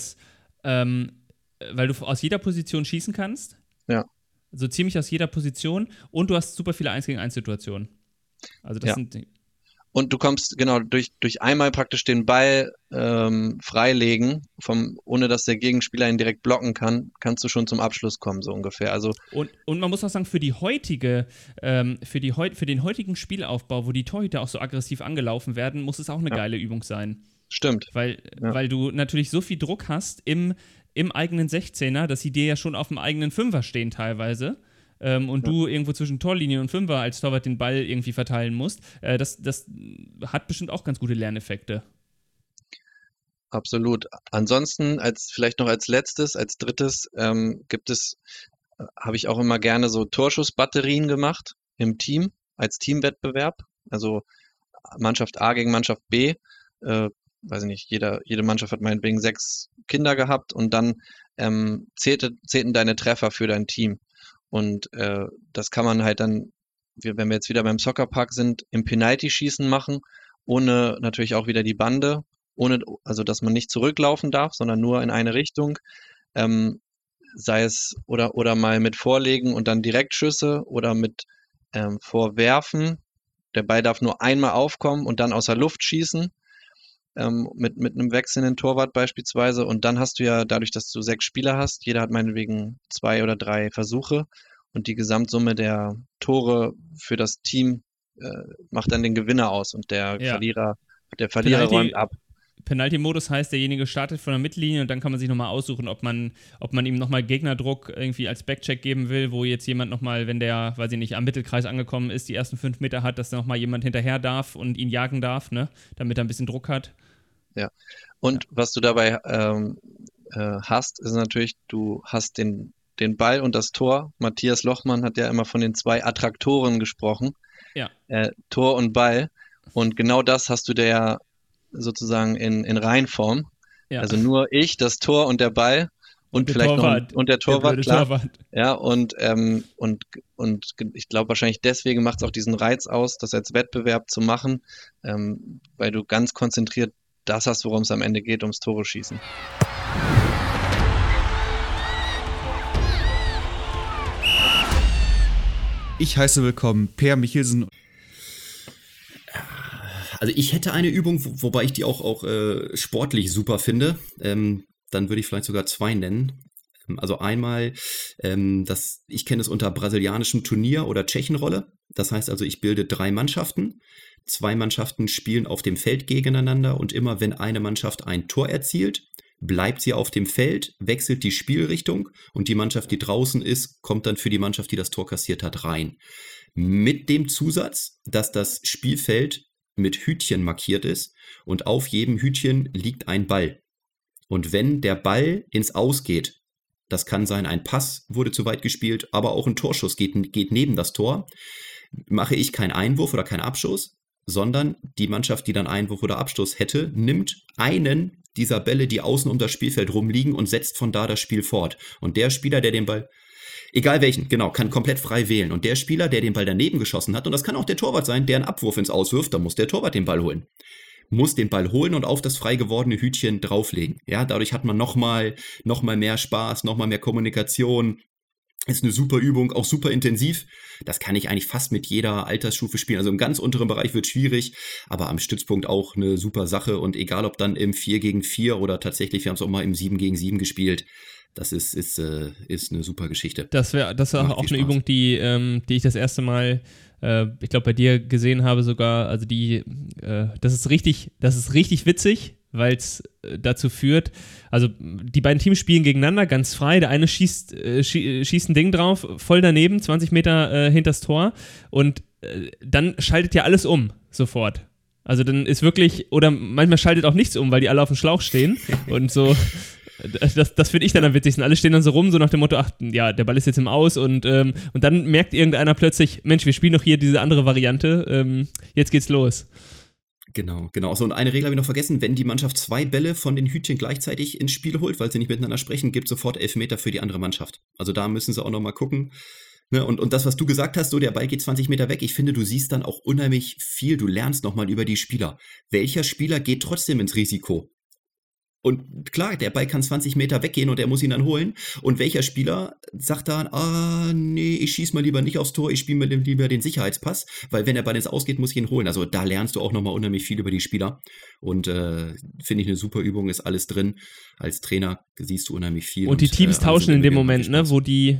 du aus jeder Position schießen kannst. Ja. So ziemlich aus jeder Position. Und du hast super viele 1-gegen-1-Situationen. Also das sind die. Und du kommst, genau, durch einmal praktisch den Ball freilegen, ohne dass der Gegenspieler ihn direkt blocken kann, kannst du schon zum Abschluss kommen, so ungefähr. Also und man muss auch sagen, für den heutigen Spielaufbau, wo die Torhüter auch so aggressiv angelaufen werden, muss es auch eine geile Übung sein. Stimmt. Weil du natürlich so viel Druck hast im eigenen 16er, dass sie dir ja schon auf dem eigenen 5er stehen teilweise. Und du irgendwo zwischen Torlinie und Fünfer als Torwart den Ball irgendwie verteilen musst, das hat bestimmt auch ganz gute Lerneffekte. Absolut. Ansonsten, vielleicht noch als drittes, habe ich auch immer gerne so Torschussbatterien gemacht im Team, als Teamwettbewerb. Also Mannschaft A gegen Mannschaft B. Weiß ich nicht, jede Mannschaft hat meinetwegen 6 Kinder gehabt und dann zählten deine Treffer für dein Team. Und das kann man halt dann, wenn wir jetzt wieder beim Soccerpark sind, im Penalty-Schießen machen, ohne natürlich auch wieder die Bande, also dass man nicht zurücklaufen darf, sondern nur in eine Richtung, sei es oder mal mit Vorlegen und dann Direktschüsse oder mit Vorwerfen. Der Ball darf nur einmal aufkommen und dann aus der Luft schießen, mit einem wechselnden Torwart beispielsweise. Und dann hast du ja, dadurch, dass du 6 Spieler hast, jeder hat meinetwegen 2 oder 3 Versuche und die Gesamtsumme der Tore für das Team macht dann den Gewinner aus und der Verlierer räumt ab. Penalty-Modus heißt, derjenige startet von der Mittellinie und dann kann man sich nochmal aussuchen, ob man ihm nochmal Gegnerdruck irgendwie als Backcheck geben will, wo jetzt jemand nochmal, wenn der, weiß ich nicht, am Mittelkreis angekommen ist, die ersten 5 Meter hat, dass da nochmal jemand hinterher darf und ihn jagen darf, ne? Damit er ein bisschen Druck hat. Ja, und was du dabei hast, ist natürlich, du hast den Ball und das Tor. Matthias Lochmann hat ja immer von den 2 Attraktoren gesprochen. Ja. Tor und Ball. Und genau das hast du ja sozusagen in Reihenform. Ja. Also nur ich, das Tor und der Ball und vielleicht Torwart, noch der Torwart, klar. Torwart. Ja, und ich glaube wahrscheinlich deswegen macht es auch diesen Reiz aus, das als Wettbewerb zu machen, weil du ganz konzentriert das hast, worum es am Ende geht, ums Tore schießen. Ich heiße willkommen Per Michelsen. Also ich hätte eine Übung, wobei ich die auch sportlich super finde. Dann würde ich vielleicht sogar 2 nennen. Also einmal, ich kenne es unter brasilianischem Turnier oder Tschechenrolle. Das heißt also, ich bilde 3 Mannschaften. 2 Mannschaften spielen auf dem Feld gegeneinander und immer wenn eine Mannschaft ein Tor erzielt, bleibt sie auf dem Feld, wechselt die Spielrichtung und die Mannschaft, die draußen ist, kommt dann für die Mannschaft, die das Tor kassiert hat, rein. Mit dem Zusatz, dass das Spielfeld mit Hütchen markiert ist und auf jedem Hütchen liegt ein Ball. Und wenn der Ball ins Aus geht, das kann sein, ein Pass wurde zu weit gespielt, aber auch ein Torschuss geht neben das Tor, mache ich keinen Einwurf oder keinen Abschuss, sondern die Mannschaft, die dann Einwurf oder Abstoß hätte, nimmt einen dieser Bälle, die außen um das Spielfeld rumliegen und setzt von da das Spiel fort. Und der Spieler, der den Ball, egal welchen, genau, kann komplett frei wählen. Und der Spieler, der den Ball daneben geschossen hat, und das kann auch der Torwart sein, der einen Abwurf ins Aus wirft, dann muss der Torwart den Ball holen. Muss den Ball holen und auf das frei gewordene Hütchen drauflegen. Ja, dadurch hat man noch mal mehr Spaß, noch mal mehr Kommunikation. Ist eine super Übung, auch super intensiv. Das kann ich eigentlich fast mit jeder Altersstufe spielen. Also im ganz unteren Bereich wird es schwierig, aber am Stützpunkt auch eine super Sache. Und egal, ob dann im 4 gegen 4 oder tatsächlich, wir haben es auch mal im 7 gegen 7 gespielt, das ist eine super Geschichte. Das wäre auch eine Übung, die ich das erste Mal, ich glaube, bei dir gesehen habe sogar. Also das ist richtig witzig, weil es dazu führt, also die beiden Teams spielen gegeneinander, ganz frei, der eine schießt ein Ding drauf, voll daneben, 20 Meter hinters Tor und dann schaltet ja alles um, sofort. Also dann ist wirklich, oder manchmal schaltet auch nichts um, weil die alle auf dem Schlauch stehen und so. Das finde ich dann am witzigsten. Alle stehen dann so rum, so nach dem Motto, ach ja, der Ball ist jetzt im Aus und dann merkt irgendeiner plötzlich, Mensch, wir spielen doch hier diese andere Variante, jetzt geht's los. Genau. So, und eine Regel habe ich noch vergessen, wenn die Mannschaft 2 Bälle von den Hütchen gleichzeitig ins Spiel holt, weil sie nicht miteinander sprechen, gibt es sofort Elfmeter für die andere Mannschaft. Also da müssen sie auch nochmal gucken. Ne? Und das, was du gesagt hast, so der Ball geht 20 Meter weg, ich finde, du siehst dann auch unheimlich viel, du lernst nochmal über die Spieler. Welcher Spieler geht trotzdem ins Risiko? Und klar, der Ball kann 20 Meter weggehen und er muss ihn dann holen. Und welcher Spieler sagt dann, nee, ich schieß mal lieber nicht aufs Tor, ich spiele mir lieber den Sicherheitspass, weil wenn der Ball ins Ausgeht, muss ich ihn holen. Also da lernst du auch nochmal unheimlich viel über die Spieler. Und finde ich eine super Übung, ist alles drin. Als Trainer siehst du unheimlich viel. Und die Teams tauschen in dem Moment, ne, wo die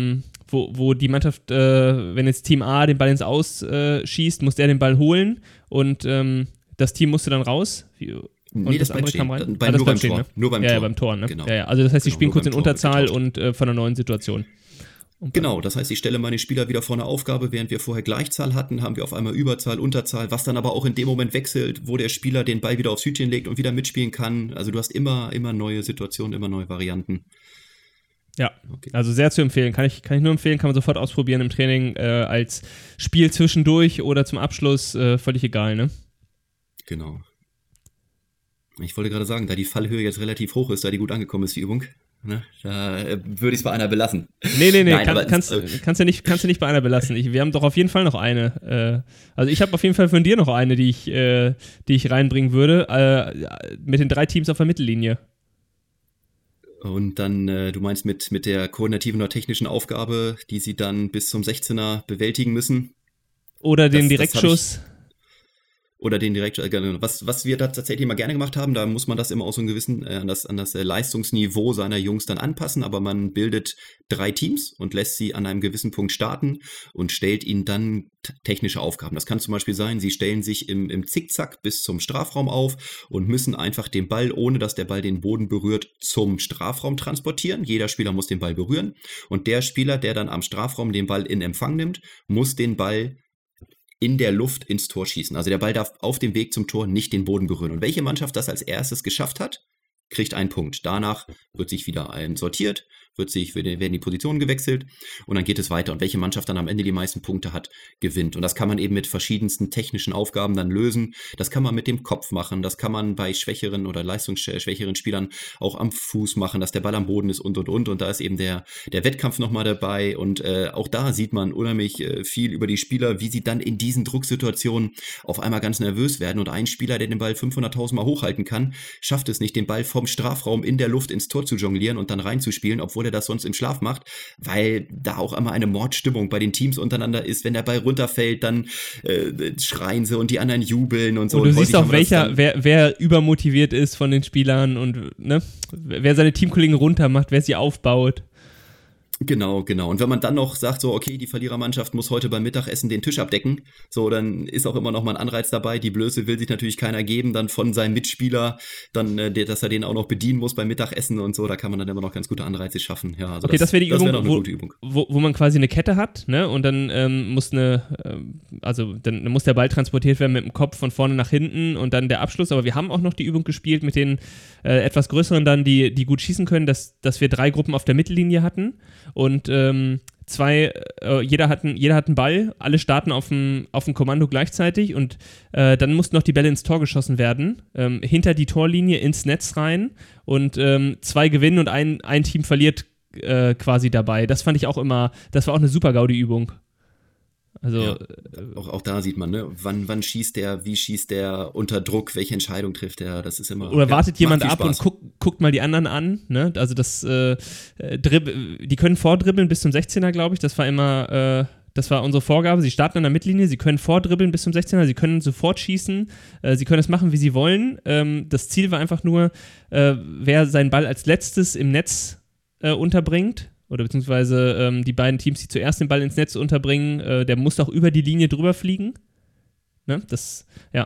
Mannschaft, wenn jetzt Team A den Ball ins Aus schießt, muss der den Ball holen und das Team musste dann raus. Und das andere kam rein? Nur beim Tor. Ne? Nur beim Tor. Ja, beim Tor, ne? Genau. Ja. Also das heißt, die spielen kurz in Unterzahl und von einer neuen Situation. Genau, das heißt, ich stelle meine Spieler wieder vor eine Aufgabe, während wir vorher Gleichzahl hatten, haben wir auf einmal Überzahl, Unterzahl, was dann aber auch in dem Moment wechselt, wo der Spieler den Ball wieder aufs Hütchen legt und wieder mitspielen kann. Also du hast immer neue Situationen, immer neue Varianten. Ja, okay. Also sehr zu empfehlen. Kann ich nur empfehlen, kann man sofort ausprobieren im Training als Spiel zwischendurch oder zum Abschluss, völlig egal, ne? Genau. Ich wollte gerade sagen, da die Fallhöhe jetzt relativ hoch ist, da die gut angekommen ist, die Übung, ne, da würde ich es bei einer belassen. Nee, Nein, kannst du nicht bei einer belassen. Wir haben doch auf jeden Fall noch eine. Also ich habe auf jeden Fall von dir noch eine, die ich reinbringen würde, mit den 3 Teams auf der Mittellinie. Und dann, du meinst mit der koordinativen oder technischen Aufgabe, die sie dann bis zum 16er bewältigen müssen? Oder den Direktschuss. Oder den Direktschuss, was wir da tatsächlich immer gerne gemacht haben, da muss man das immer auch so ein gewissen, an das Leistungsniveau seiner Jungs dann anpassen, aber man bildet 3 Teams und lässt sie an einem gewissen Punkt starten und stellt ihnen dann technische Aufgaben. Das kann zum Beispiel sein, sie stellen sich im Zickzack bis zum Strafraum auf und müssen einfach den Ball, ohne dass der Ball den Boden berührt, zum Strafraum transportieren. Jeder Spieler muss den Ball berühren und der Spieler, der dann am Strafraum den Ball in Empfang nimmt, muss den Ball in der Luft ins Tor schießen. Also der Ball darf auf dem Weg zum Tor nicht den Boden berühren. Und welche Mannschaft das als erstes geschafft hat, kriegt einen Punkt. Danach wird sich wieder sortiert, werden die Positionen gewechselt und dann geht es weiter. Und welche Mannschaft dann am Ende die meisten Punkte hat, gewinnt. Und das kann man eben mit verschiedensten technischen Aufgaben dann lösen. Das kann man mit dem Kopf machen, das kann man bei schwächeren oder leistungsschwächeren Spielern auch am Fuß machen, dass der Ball am Boden ist und. Und da ist eben der Wettkampf nochmal dabei und auch da sieht man unheimlich viel über die Spieler, wie sie dann in diesen Drucksituationen auf einmal ganz nervös werden. Und ein Spieler, der den Ball 500.000 Mal hochhalten kann, schafft es nicht, den Ball vom Strafraum in der Luft ins Tor zu jonglieren und dann reinzuspielen, obwohl er das sonst im Schlaf macht, weil da auch immer eine Mordstimmung bei den Teams untereinander ist. Wenn der Ball runterfällt, dann schreien sie und die anderen jubeln und so. Und du siehst auch, wer übermotiviert ist von den Spielern und ne, wer seine Teamkollegen runtermacht, wer sie aufbaut. Genau. Und wenn man dann noch sagt, so, okay, die Verlierermannschaft muss heute beim Mittagessen den Tisch abdecken, so, dann ist auch immer noch mal ein Anreiz dabei. Die Blöße will sich natürlich keiner geben, dann von seinem Mitspieler, dann, dass er den auch noch bedienen muss beim Mittagessen und so, da kann man dann immer noch ganz gute Anreize schaffen. Ja, also okay, das wäre die Übung, eine gute Übung. Wo man quasi eine Kette hat, ne, und dann muss dann muss der Ball transportiert werden mit dem Kopf von vorne nach hinten und dann der Abschluss. Aber wir haben auch noch die Übung gespielt mit den etwas größeren dann, die gut schießen können, dass wir 3 Gruppen auf der Mittellinie hatten und jeder hat einen Ball, alle starten auf dem Kommando gleichzeitig und dann mussten noch die Bälle ins Tor geschossen werden, hinter die Torlinie ins Netz rein und 2 gewinnen und ein Team verliert quasi dabei. Das fand ich auch immer, das war auch eine super Gaudi-Übung. Also ja, auch da sieht man, ne, wann schießt der, wie schießt der, unter Druck, welche Entscheidung trifft der, das ist immer. Oder wartet jemand ab und guckt mal die anderen an, ne? Also die können vordribbeln bis zum 16er, glaube ich, das war immer, das war unsere Vorgabe, sie starten an der Mittellinie, sie können vordribbeln bis zum 16er, sie können sofort schießen, sie können es machen, wie sie wollen. Das Ziel war einfach nur, wer seinen Ball als letztes im Netz unterbringt, oder beziehungsweise die beiden Teams, die zuerst den Ball ins Netz unterbringen, der muss auch über die Linie drüber fliegen. Ne? Das, ja,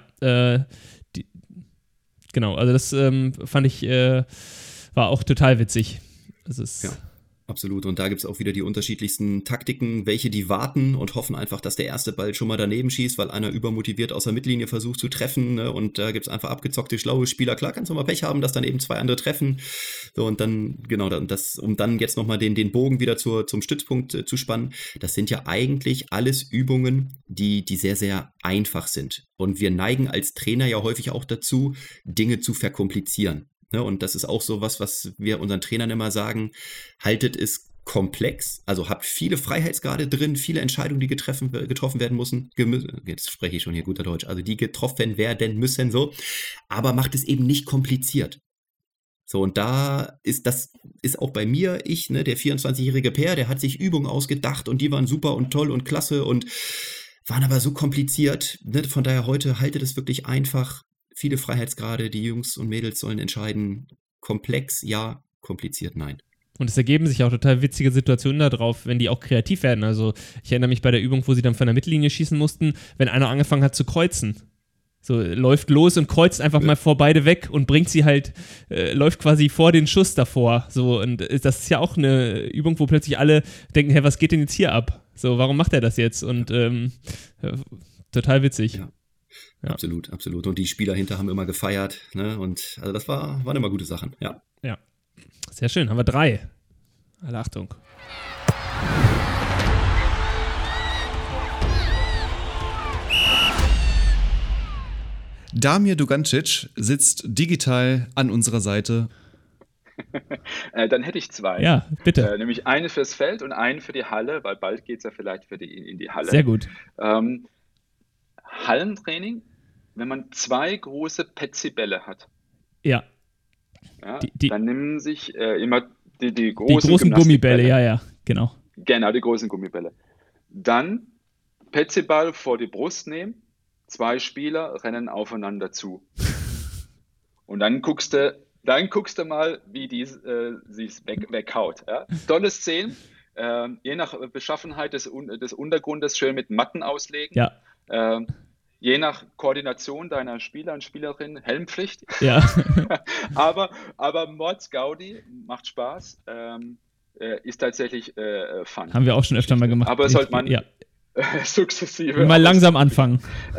genau, also das fand ich, war auch total witzig. Also ja. Absolut. Und da gibt es auch wieder die unterschiedlichsten Taktiken, welche die warten und hoffen einfach, dass der erste Ball schon mal daneben schießt, weil einer übermotiviert aus der Mittellinie versucht zu treffen. Ne? Und da gibt es einfach abgezockte, schlaue Spieler. Klar kannst du mal Pech haben, dass dann eben 2 andere treffen. So, und dann, genau, um dann jetzt nochmal den Bogen wieder zum Stützpunkt zu spannen. Das sind ja eigentlich alles Übungen, die sehr, sehr einfach sind. Und wir neigen als Trainer ja häufig auch dazu, Dinge zu verkomplizieren. Und das ist auch so was wir unseren Trainern immer sagen, haltet es komplex, also habt viele Freiheitsgrade drin, viele Entscheidungen, die getroffen werden müssen, jetzt spreche ich schon hier guter Deutsch, also die getroffen werden müssen, so, aber macht es eben nicht kompliziert. So, und das ist auch bei mir, der 24-jährige Per, der hat sich Übungen ausgedacht und die waren super und toll und klasse und waren aber so kompliziert, ne? Von daher heute haltet es wirklich einfach. Viele Freiheitsgrade, die Jungs und Mädels sollen entscheiden, komplex, ja, kompliziert, nein. Und es ergeben sich auch total witzige Situationen darauf, wenn die auch kreativ werden. Also ich erinnere mich bei der Übung, wo sie dann von der Mittellinie schießen mussten, wenn einer angefangen hat zu kreuzen. So, läuft los und kreuzt einfach mal vor beide weg und bringt sie halt, läuft quasi vor den Schuss davor. So, und das ist ja auch eine Übung, wo plötzlich alle denken, hey, was geht denn jetzt hier ab? So, warum macht er das jetzt? Und total witzig. Ja. Ja. Absolut. Und die Spieler hinter haben immer gefeiert, ne? Und also das waren immer gute Sachen, ja. Ja. Sehr schön. Haben wir 3. Alle Achtung. Damir Dugancic sitzt digital an unserer Seite. Dann hätte ich 2. Ja, bitte. Nämlich eine fürs Feld und eine für die Halle, weil bald geht es ja vielleicht in die Halle. Sehr gut. Hallentraining, wenn man 2 große Petsy-Bälle hat. Ja. Dann nehmen sich immer die großen Gummibälle, ja, genau. Genau, die großen Gummibälle. Dann Petsy-Ball vor die Brust nehmen, 2 Spieler rennen aufeinander zu. Und dann guckst du mal, wie die sie weghaut. Ja? Tolle Szenen, je nach Beschaffenheit des Untergrundes schön mit Matten auslegen. Ja. Je nach Koordination deiner Spieler und Spielerin Helmpflicht. Ja. aber Mords Gaudi macht Spaß, ist tatsächlich Fun. Haben wir auch schon öfter mal gemacht. Aber sollte man sukzessive mal langsam anfangen.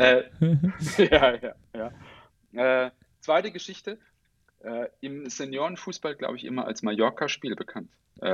Zweite Geschichte. Im Seniorenfußball, glaube ich, immer als Mallorca-Spiel bekannt.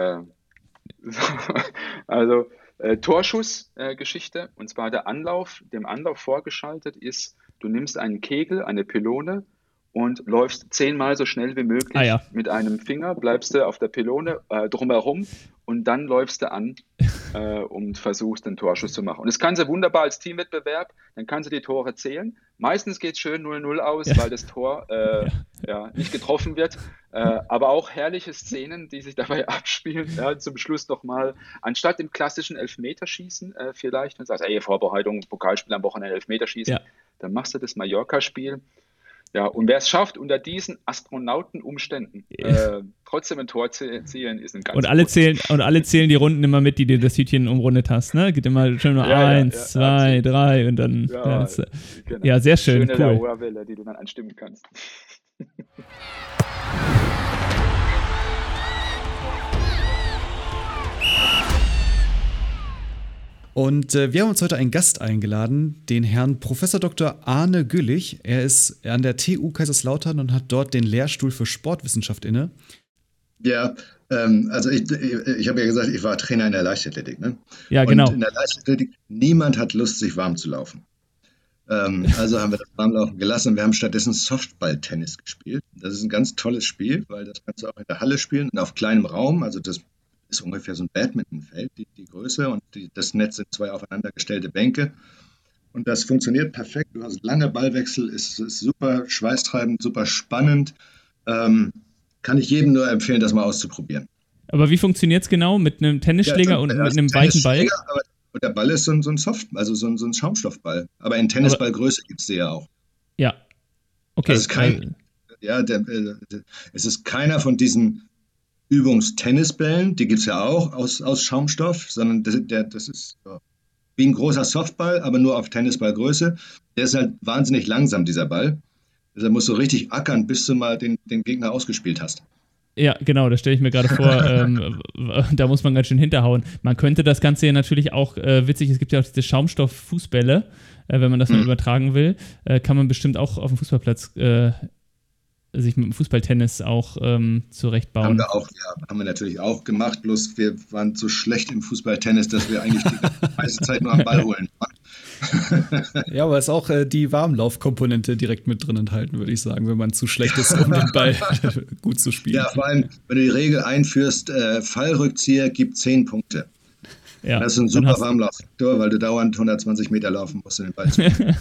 Also Torschussgeschichte, und zwar dem Anlauf vorgeschaltet ist, du nimmst einen Kegel, eine Pylone und läufst 10-mal so schnell wie möglich mit einem Finger, bleibst du auf der Pylone drumherum und dann läufst du an und versuchst den Torschuss zu machen. Und das kannst du wunderbar als Teamwettbewerb, dann kannst du die Tore zählen. Meistens geht es schön 0-0 aus, weil das Tor nicht getroffen wird. Aber auch herrliche Szenen, die sich dabei abspielen. Ja, zum Schluss nochmal, anstatt im klassischen Elfmeterschießen vielleicht, wenn du sagst, Vorbereitung, Pokalspiel am Wochenende Elfmeterschießen, dann machst du das Mallorca-Spiel. Ja, und wer es schafft, unter diesen Astronautenumständen trotzdem ein Tor zu zielen, ist ein ganz und alle zählen die Runden immer mit, die du das Hütchen umrundet hast, ne? Geht immer schon nur 1, 2, 3 und dann. Genau. Sehr schön, schöne cool. Dauerwelle, die du dann anstimmen kannst. Und wir haben uns heute einen Gast eingeladen, den Herrn Professor Dr. Arne Güllich. Er ist an der TU Kaiserslautern und hat dort den Lehrstuhl für Sportwissenschaft inne. Ja, also ich habe ja gesagt, ich war Trainer in der Leichtathletik. Ne? Ja, genau. Und in der Leichtathletik, niemand hat Lust, sich warm zu laufen. Also haben wir das Warmlaufen gelassen und wir haben stattdessen Softball-Tennis gespielt. Das ist ein ganz tolles Spiel, weil das kannst du auch in der Halle spielen und auf kleinem Raum. Also das ist ungefähr so ein Badmintonfeld, die Größe, und das Netz sind 2 aufeinandergestellte Bänke. Und das funktioniert perfekt. Du hast lange Ballwechsel, ist super schweißtreibend, super spannend. Kann ich jedem nur empfehlen, das mal auszuprobieren. Aber wie funktioniert es genau? Mit einem Tennisschläger und mit einem weichen Ball? Und der Ball ist so ein Soft, also so ein Schaumstoffball. Aber in Tennisballgröße gibt es die ja auch. Ja. Okay. Das ist es ist keiner von diesen Übungstennisbällen, die gibt es ja auch aus Schaumstoff, sondern das ist wie ein großer Softball, aber nur auf Tennisballgröße. Der ist halt wahnsinnig langsam, dieser Ball. Deshalb musst du richtig ackern, bis du mal den Gegner ausgespielt hast. Ja, genau, das stelle ich mir gerade vor. Da muss man ganz schön hinterhauen. Man könnte das Ganze ja natürlich auch, witzig, es gibt ja auch diese Schaumstoff-Fußbälle, wenn man das mal übertragen will, kann man bestimmt auch auf dem Fußballplatz sich mit dem Fußballtennis auch zurechtbauen. Haben wir natürlich auch gemacht, bloß wir waren so schlecht im Fußballtennis, dass wir eigentlich die meiste Zeit nur am Ball holen. Ja, aber ist auch die Warmlaufkomponente direkt mit drin enthalten, würde ich sagen, wenn man zu schlecht ist, um den Ball gut zu spielen. Ja, vor allem, wenn du die Regel einführst, Fallrückzieher gibt 10 Punkte. Ja, das ist ein super Warmlauffaktor, weil du dauernd 120 Meter laufen musst, um den Ball zu spielen.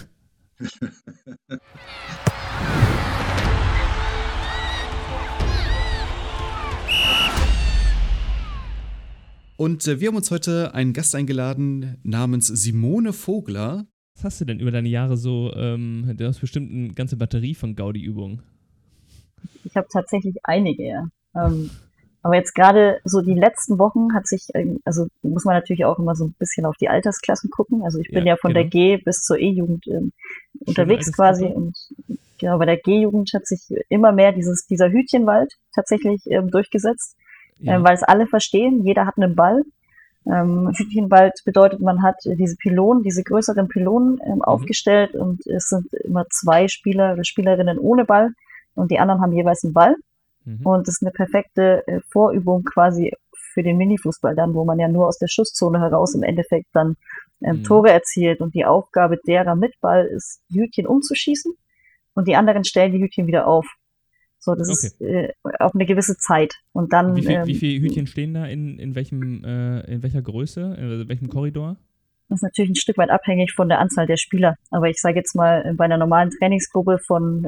Und wir haben uns heute einen Gast eingeladen namens Simone Vogler. Was hast du denn über deine Jahre so, du hast bestimmt eine ganze Batterie von Gaudi-Übungen. Ich habe tatsächlich einige, ja. Aber jetzt gerade so die letzten Wochen hat sich, also muss man natürlich auch immer so ein bisschen auf die Altersklassen gucken. Also ich bin ja von der G bis zur E-Jugend unterwegs quasi. Und genau, bei der G-Jugend hat sich immer mehr dieser Hütchenwald tatsächlich durchgesetzt. Weil es alle verstehen, jeder hat einen Ball. Hütchenwald bedeutet, man hat diese Pylonen, diese größeren Pylonen aufgestellt und es sind immer 2 Spieler oder Spielerinnen ohne Ball und die anderen haben jeweils einen Ball. Und das ist eine perfekte Vorübung quasi für den Minifußball dann, wo man ja nur aus der Schusszone heraus im Endeffekt dann Tore erzielt und die Aufgabe derer mit Ball ist, die Hütchen umzuschießen und die anderen stellen die Hütchen wieder auf. So, das ist auf eine gewisse Zeit. Und dann. Wie viele Hütchen stehen da in welcher Größe, in welchem Korridor? Das ist natürlich ein Stück weit abhängig von der Anzahl der Spieler. Aber ich sage jetzt mal, bei einer normalen Trainingsgruppe von,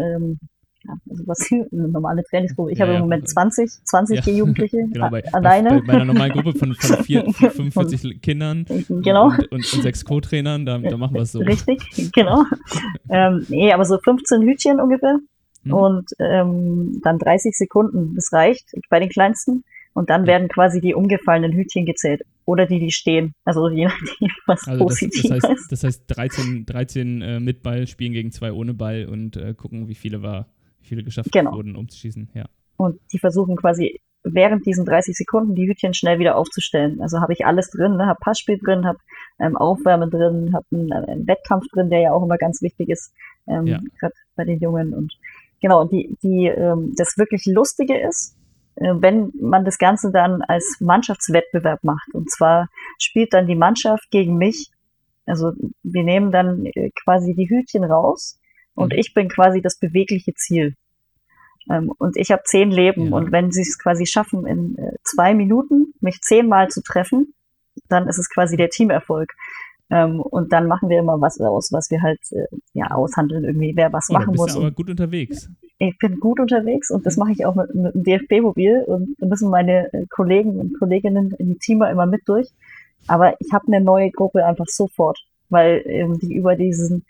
eine normale Trainingsgruppe. Ich habe im Moment 20 Jugendliche alleine. Bei einer normalen Gruppe von 45 Kindern und 6 Co-Trainern, da machen wir es so. Richtig, genau. Aber so 15 Hütchen ungefähr. Und dann 30 Sekunden, das reicht bei den Kleinsten. Und dann werden quasi die umgefallenen Hütchen gezählt. Oder die stehen. Also je nachdem, was positiv ist. Das heißt 13 mit Ball spielen gegen 2 ohne Ball und gucken, wie viele geschafft wurden, umzuschießen. Ja. Und die versuchen quasi während diesen 30 Sekunden die Hütchen schnell wieder aufzustellen. Also habe ich alles drin, ne? Habe Passspiel drin, habe Aufwärme drin, habe einen Wettkampf drin, der ja auch immer ganz wichtig ist, gerade bei den Jungen. Und genau, und das wirklich Lustige ist, wenn man das Ganze dann als Mannschaftswettbewerb macht. Und zwar spielt dann die Mannschaft gegen mich. Also wir nehmen dann quasi die Hütchen raus und ich bin quasi das bewegliche Ziel. Und ich habe 10 Leben. Ja. Und wenn sie es quasi schaffen, in 2 Minuten mich 10-mal zu treffen, dann ist es quasi der Teamerfolg. Und dann machen wir immer was aus, was wir halt aushandeln irgendwie, wer was machen muss. Du bist aber gut unterwegs. Ich bin gut unterwegs und das mache ich auch mit dem DFB-Mobil und da müssen meine Kollegen und Kolleginnen im Team immer mit durch. Aber ich habe eine neue Gruppe einfach sofort, weil die über diesen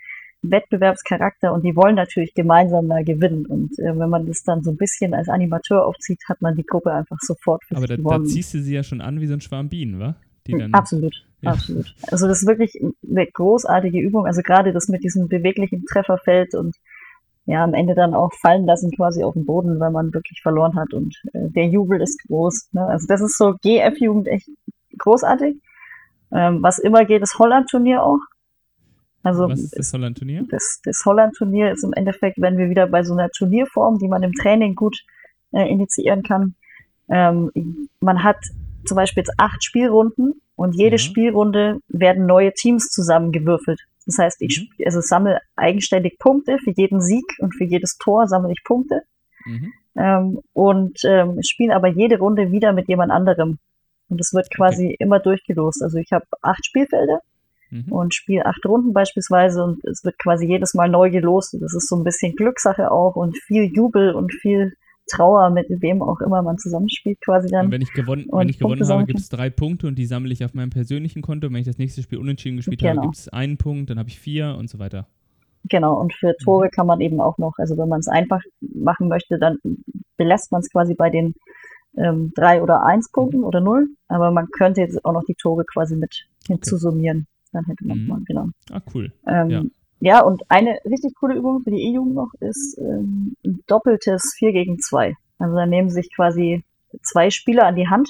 Wettbewerbscharakter und die wollen natürlich gemeinsam da gewinnen. Und wenn man das dann so ein bisschen als Animateur aufzieht, hat man die Gruppe einfach sofort für sich gewonnen. Aber da ziehst du sie ja schon an wie so ein Schwarm Bienen, wa? Absolut. Also das ist wirklich eine großartige Übung. Also gerade das mit diesem beweglichen Trefferfeld und ja, am Ende dann auch fallen lassen quasi auf den Boden, weil man wirklich verloren hat und der Jubel ist groß. Ne? Also das ist so GF-Jugend echt großartig. Was immer geht, ist Holland-Turnier auch. Also was ist das Holland-Turnier? Das Holland-Turnier ist im Endeffekt, wenn wir wieder bei so einer Turnierform, die man im Training gut initiieren kann. Man hat zum Beispiel jetzt 8 Spielrunden und jede Spielrunde werden neue Teams zusammengewürfelt. Das heißt, ich sammle eigenständig Punkte für jeden Sieg und für jedes Tor sammle ich Punkte und spiele aber jede Runde wieder mit jemand anderem. Und es wird quasi immer durchgelost. Also ich habe 8 Spielfelder und spiele 8 Runden beispielsweise und es wird quasi jedes Mal neu gelost. Das ist so ein bisschen Glückssache auch und viel Jubel und viel Trauer, mit wem auch immer man zusammenspielt quasi dann. Und wenn ich gewonnen habe, gibt es 3 Punkte und die sammle ich auf meinem persönlichen Konto. Wenn ich das nächste Spiel unentschieden gespielt habe, gibt es 1 Punkt, dann habe ich 4 und so weiter. Genau, und für Tore kann man eben auch noch, also wenn man es einfach machen möchte, dann belässt man es quasi bei den 3 oder 1 Punkten oder 0, aber man könnte jetzt auch noch die Tore quasi mit hinzusummieren. Dann hätte man mal, genau. Ah, cool. Ja, und eine richtig coole Übung für die E-Jugend noch ist ein doppeltes 4 gegen 2. Also da nehmen sich quasi 2 Spieler an die Hand.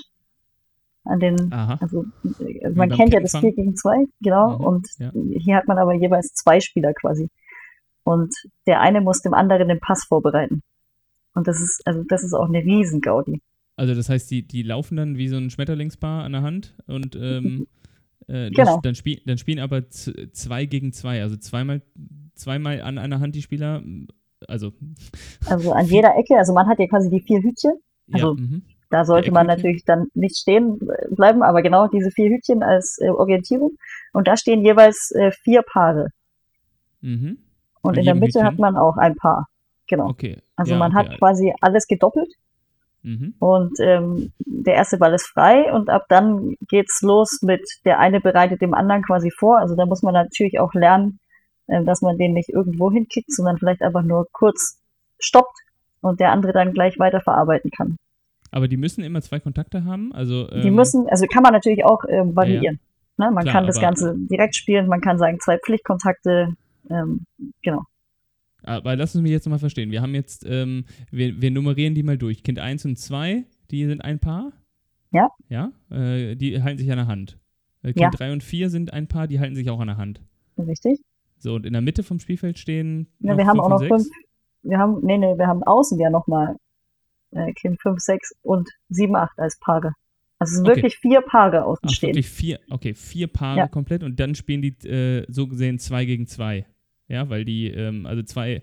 Also man kennt ja das 4 gegen 2, genau. Und hier hat man aber jeweils 2 Spieler quasi. Und der eine muss dem anderen den Pass vorbereiten. Und das ist auch eine Riesengaudi. Also das heißt, die laufen dann wie so ein Schmetterlingspaar an der Hand und genau. Dann spielen aber 2 gegen 2, also zweimal an einer Hand die Spieler, also an jeder Ecke, also man hat ja quasi die 4 Hütchen, also da sollte man natürlich dann nicht stehen bleiben, aber genau diese 4 Hütchen als Orientierung und da stehen jeweils 4 Paare. Und in der Mitte Hütchen? Hat man auch ein Paar, genau. Okay. Also man hat quasi alles gedoppelt. Und der erste Ball ist frei und ab dann geht's los mit der eine bereitet dem anderen quasi vor. Also da muss man natürlich auch lernen, dass man den nicht irgendwo hinkickt, sondern vielleicht einfach nur kurz stoppt und der andere dann gleich weiter verarbeiten kann. Aber die müssen immer 2 Kontakte haben? Also kann man natürlich auch variieren. Ne? Man Klar, kann das Ganze direkt spielen, man kann sagen 2 Pflichtkontakte, genau. Aber lass uns mich jetzt nochmal verstehen. Wir haben jetzt, wir nummerieren die mal durch. Kind 1 und 2, die sind ein Paar. Ja. Ja, die halten sich an der Hand. Kind 3 und 4 sind ein Paar, die halten sich auch an der Hand. Richtig. So, und in der Mitte vom Spielfeld stehen wir haben auch noch 5. Wir haben außen ja nochmal Kind 5, 6 und 7, 8 als Paare. Also es sind wirklich 4 Paare außen stehen. Wirklich 4 Paare komplett und dann spielen die so gesehen 2 gegen 2. Ja, weil die, also 2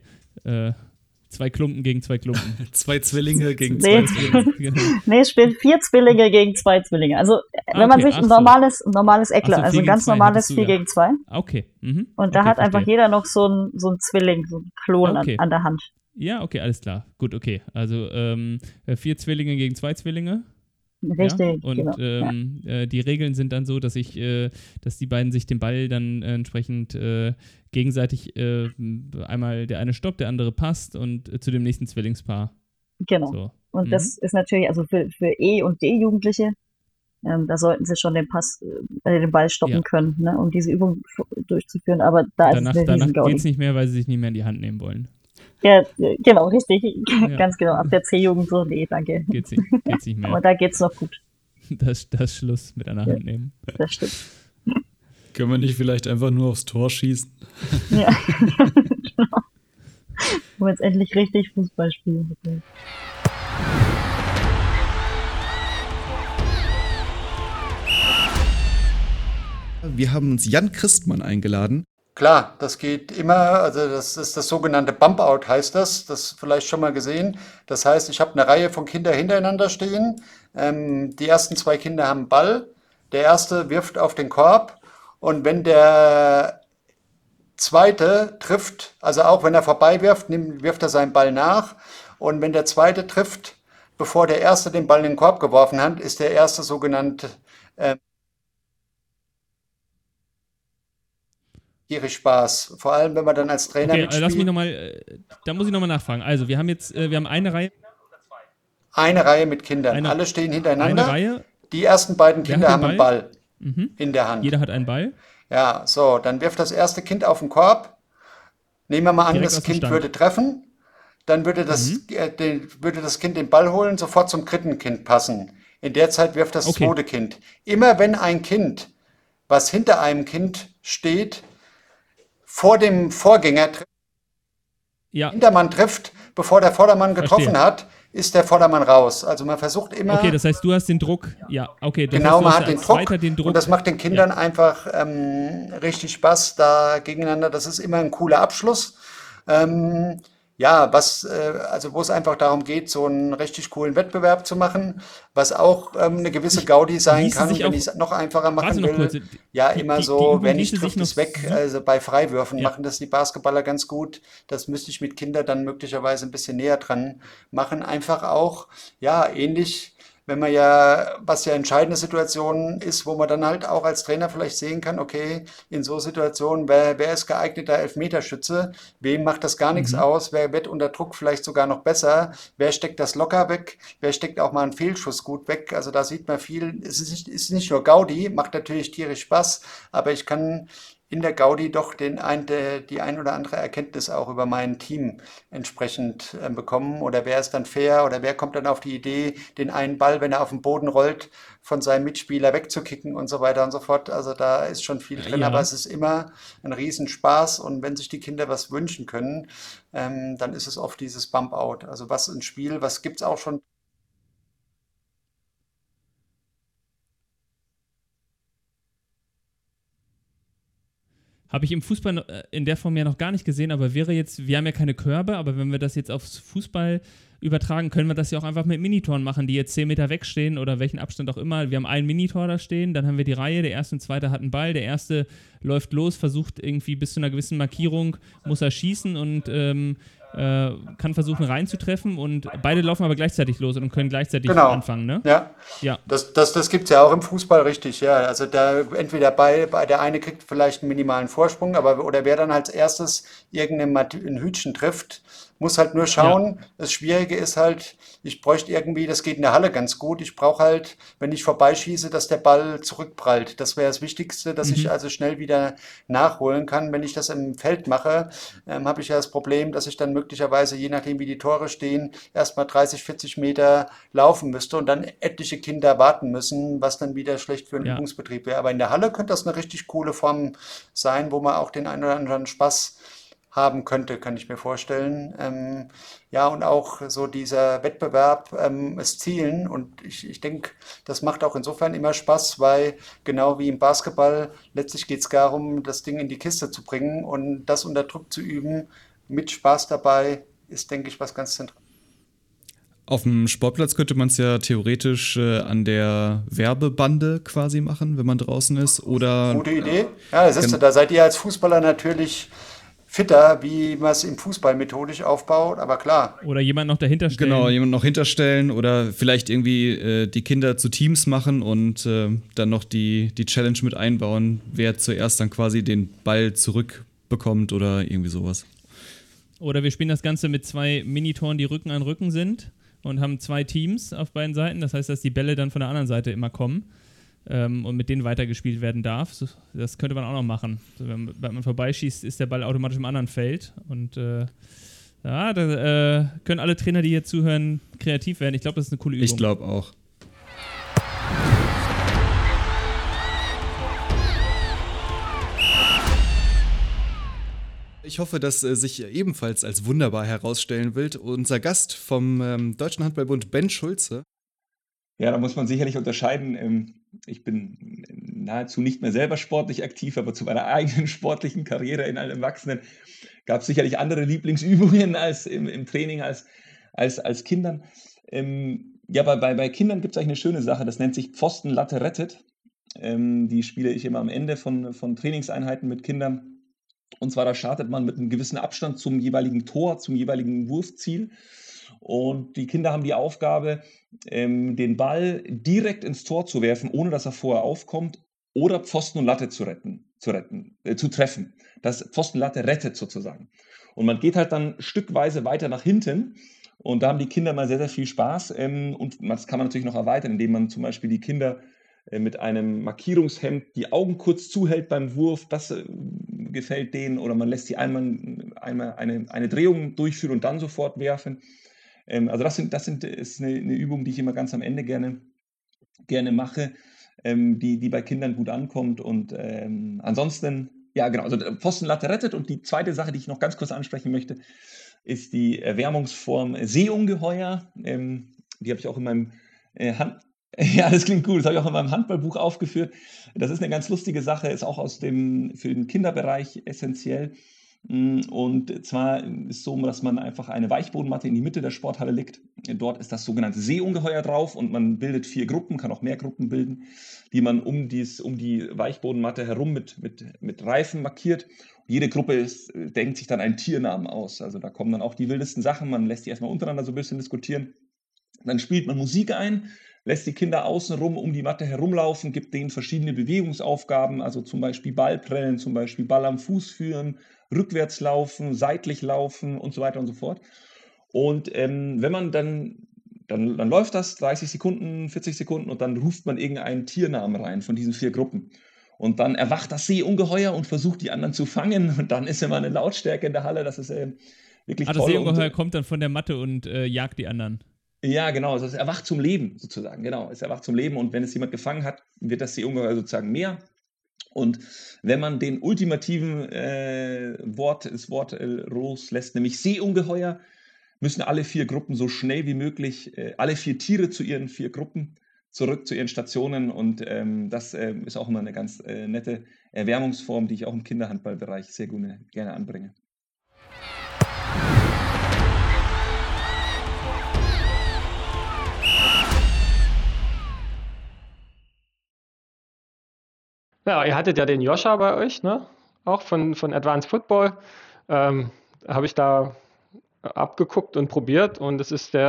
Klumpen gegen 2 Klumpen. 2 Zwillinge gegen 2 Zwillinge. Nee, es spielen 4 Zwillinge gegen 2 Zwillinge. Also, wenn man sich ein normales Eckler, also ein ganz normales 4 gegen 2. Okay. Und da hat einfach jeder noch so ein Zwilling, so ein Klon an der Hand. Ja, okay, alles klar. Gut, okay. Also 4 Zwillinge gegen 2 Zwillinge. Richtig, ja? Und genau. Die Regeln sind dann so, dass dass die beiden sich den Ball dann entsprechend gegenseitig einmal der eine stoppt, der andere passt und zu dem nächsten Zwillingspaar. Genau. So. Und das ist natürlich, also für E- und D-Jugendliche, da sollten sie schon den Ball stoppen können, ne, um diese Übung durchzuführen, aber danach geht es nicht mehr, weil sie sich nicht mehr in die Hand nehmen wollen. Ja, genau, richtig. Ja. Ganz genau. Ab der C-Jugend so, nee, danke. Geht's nicht mehr. Aber da geht's noch gut. Das ist Schluss mit einer Hand nehmen. Das stimmt. Können wir nicht vielleicht einfach nur aufs Tor schießen? Ja, genau. Wo wir jetzt endlich richtig Fußball spielen. Wir haben uns Jan Christmann eingeladen. Klar, das geht immer, also das ist das sogenannte Bump-Out heißt das vielleicht schon mal gesehen. Das heißt, ich habe eine Reihe von Kindern hintereinander stehen. Die ersten 2 Kinder haben einen Ball. Der erste wirft auf den Korb und wenn der zweite trifft, also auch wenn er vorbei wirft, wirft er seinen Ball nach und wenn der zweite trifft, bevor der erste den Ball in den Korb geworfen hat, ist der erste sogenannte tierisch Spaß. Vor allem, wenn man dann als Trainer mitspielt. Lass mich nochmal, da muss ich nochmal nachfragen. Also, wir haben jetzt, wir haben eine Reihe. Eine Reihe mit Kindern. Alle stehen hintereinander. Eine Reihe. Die ersten beiden Kinder haben einen Ball in der Hand. Jeder hat einen Ball. Ja, so, dann wirft das erste Kind auf den Korb. Nehmen wir mal an, das Kind würde treffen. Dann würde das Kind den Ball holen, sofort zum dritten Kind passen. In der Zeit wirft das zweite Kind. Immer wenn ein Kind, was hinter einem Kind steht, vor dem Vorgänger trifft, Hintermann trifft, bevor der Vordermann getroffen hat, ist der Vordermann raus. Also man versucht immer... Okay, das heißt, du hast den Druck. Ja, okay. Genau, man hat den Druck und das macht den Kindern einfach richtig Spaß da gegeneinander. Das ist immer ein cooler Abschluss. Wo es einfach darum geht, so einen richtig coolen Wettbewerb zu machen, was auch eine gewisse Gaudi sein kann, wenn ich es noch einfacher machen will. Wer nicht trifft, ist weg. Also bei Freiwürfen machen das die Basketballer ganz gut. Das müsste ich mit Kindern dann möglicherweise ein bisschen näher dran machen. Einfach auch, ähnlich, wenn man was entscheidende Situationen ist, wo man dann halt auch als Trainer vielleicht sehen kann, okay, in so Situationen, wer ist geeigneter Elfmeterschütze, wem macht das gar nichts aus, wer wird unter Druck vielleicht sogar noch besser, wer steckt das locker weg, wer steckt auch mal einen Fehlschuss gut weg, also da sieht man viel, es ist nicht nur Gaudi, macht natürlich tierisch Spaß, aber ich kann in der Gaudi doch die ein oder andere Erkenntnis auch über mein Team entsprechend bekommen. Oder wer ist dann fair oder wer kommt dann auf die Idee, den einen Ball, wenn er auf den Boden rollt, von seinem Mitspieler wegzukicken und so weiter und so fort. Also da ist schon viel drin, aber es ist immer ein Riesenspaß und wenn sich die Kinder was wünschen können, dann ist es oft dieses Bump-Out. Also ein Spiel, was gibt es auch schon. Habe ich im Fußball in der Form ja noch gar nicht gesehen, aber wir haben ja keine Körbe, aber wenn wir das jetzt aufs Fußball übertragen, können wir das ja auch einfach mit Minitoren machen, die jetzt 10 Meter wegstehen oder welchen Abstand auch immer. Wir haben einen Minitor da stehen, dann haben wir die Reihe, der erste und zweite hat einen Ball, der erste läuft los, versucht irgendwie bis zu einer gewissen Markierung, muss er schießen und kann versuchen reinzutreffen und beide laufen aber gleichzeitig los und können gleichzeitig anfangen, ne? Ja. Das gibt es ja auch im Fußball richtig, ja. Also entweder der eine kriegt vielleicht einen minimalen Vorsprung, oder wer dann als erstes ein Hütchen trifft, muss halt nur schauen. Ja. Das Schwierige ist halt, ich bräuchte irgendwie, das geht in der Halle ganz gut, ich brauche halt, wenn ich vorbeischieße, dass der Ball zurückprallt. Das wäre das Wichtigste, dass ich also schnell wieder nachholen kann. Wenn ich das im Feld mache, habe ich ja das Problem, dass ich dann möglicherweise, je nachdem wie die Tore stehen, erstmal 30, 40 Meter laufen müsste und dann etliche Kinder warten müssen, was dann wieder schlecht für einen Übungsbetrieb wäre. Aber in der Halle könnte das eine richtig coole Form sein, wo man auch den einen oder anderen Spaß haben könnte, kann ich mir vorstellen. Und auch so dieser Wettbewerb, das Zielen und ich denke, das macht auch insofern immer Spaß, weil genau wie im Basketball, letztlich geht es darum, das Ding in die Kiste zu bringen und das unter Druck zu üben, mit Spaß dabei, ist, denke ich, was ganz Zentrales. Auf dem Sportplatz könnte man es ja theoretisch an der Werbebande quasi machen, wenn man draußen ist, oder... Gute Idee. Ja, da seid ihr als Fußballer natürlich fitter, wie man es im Fußball methodisch aufbaut, aber klar. Oder jemand noch dahinter stellen. Genau, jemand noch hinterstellen oder vielleicht irgendwie die Kinder zu Teams machen und dann noch die Challenge mit einbauen, wer zuerst dann quasi den Ball zurückbekommt oder irgendwie sowas. Oder wir spielen das Ganze mit 2 Minitoren, die Rücken an Rücken sind und haben 2 Teams auf beiden Seiten. Das heißt, dass die Bälle dann von der anderen Seite immer kommen. Und mit denen weitergespielt werden darf. Das könnte man auch noch machen. Also wenn man vorbeischießt, ist der Ball automatisch im anderen Feld. Und da können alle Trainer, die hier zuhören, kreativ werden. Ich glaube, das ist eine coole Übung. Ich glaube auch. Ich hoffe, dass sich ebenfalls als wunderbar herausstellen wird unser Gast vom Deutschen Handballbund, Ben Schulze. Ja, da muss man sicherlich unterscheiden. Ich bin nahezu nicht mehr selber sportlich aktiv, aber zu meiner eigenen sportlichen Karriere in einem Erwachsenen gab es sicherlich andere Lieblingsübungen als im Training als Kindern. Bei Kindern gibt es eigentlich eine schöne Sache, das nennt sich Pfosten, Latte, rettet. Die spiele ich immer am Ende von Trainingseinheiten mit Kindern. Und zwar, da startet man mit einem gewissen Abstand zum jeweiligen Tor, zum jeweiligen Wurfziel. Und die Kinder haben die Aufgabe, den Ball direkt ins Tor zu werfen, ohne dass er vorher aufkommt, oder Pfosten und Latte zu retten. zu treffen. Das Pfostenlatte rettet sozusagen. Und man geht halt dann stückweise weiter nach hinten und da haben die Kinder mal sehr, sehr viel Spaß. Und das kann man natürlich noch erweitern, indem man zum Beispiel die Kinder mit einem Markierungshemd die Augen kurz zuhält beim Wurf. Das gefällt denen. Oder man lässt sie einmal eine Drehung durchführen und dann sofort werfen. Also das ist eine Übung, die ich immer ganz am Ende gerne mache, die bei Kindern gut ankommt. Und ansonsten, ja genau, also Pfostenlatte rettet. Und die zweite Sache, die ich noch ganz kurz ansprechen möchte, ist die Erwärmungsform Seeungeheuer. Die habe ich auch in meinem ja, das klingt gut. Das habe ich auch in meinem Handballbuch aufgeführt. Das ist eine ganz lustige Sache, ist auch für den Kinderbereich essentiell. Und zwar ist es so, dass man einfach eine Weichbodenmatte in die Mitte der Sporthalle legt. Dort ist das sogenannte Seeungeheuer drauf und man bildet 4 Gruppen, kann auch mehr Gruppen bilden, die man um die Weichbodenmatte herum mit Reifen markiert. Jede Gruppe denkt sich dann einen Tiernamen aus. Also da kommen dann auch die wildesten Sachen. Man lässt die erstmal untereinander so ein bisschen diskutieren. Dann spielt man Musik ein, lässt die Kinder außenrum um die Matte herumlaufen, gibt denen verschiedene Bewegungsaufgaben, also zum Beispiel Ball prellen, zum Beispiel Ball am Fuß führen, rückwärts laufen, seitlich laufen und so weiter und so fort. Und wenn man dann läuft das 30 Sekunden, 40 Sekunden und dann ruft man irgendeinen Tiernamen rein von diesen 4 Gruppen. Und dann erwacht das Seeungeheuer und versucht, die anderen zu fangen. Und dann ist immer eine Lautstärke in der Halle, das ist wirklich toll. Das Seeungeheuer kommt dann von der Matte und jagt die anderen. Ja, genau, also es erwacht zum Leben sozusagen, genau, es erwacht zum Leben und wenn es jemand gefangen hat, wird das Seeungeheuer sozusagen mehr. Und wenn man den ultimativen das Wort loslässt, nämlich Seeungeheuer, müssen alle 4 Gruppen so schnell wie möglich, alle 4 Tiere zu ihren 4 Gruppen zurück zu ihren Stationen und das ist auch immer eine ganz nette Erwärmungsform, die ich auch im Kinderhandballbereich sehr gerne anbringe. Ja, ihr hattet ja den Joscha bei euch, ne? Auch von Advanced Football. Habe ich da abgeguckt und probiert und es ist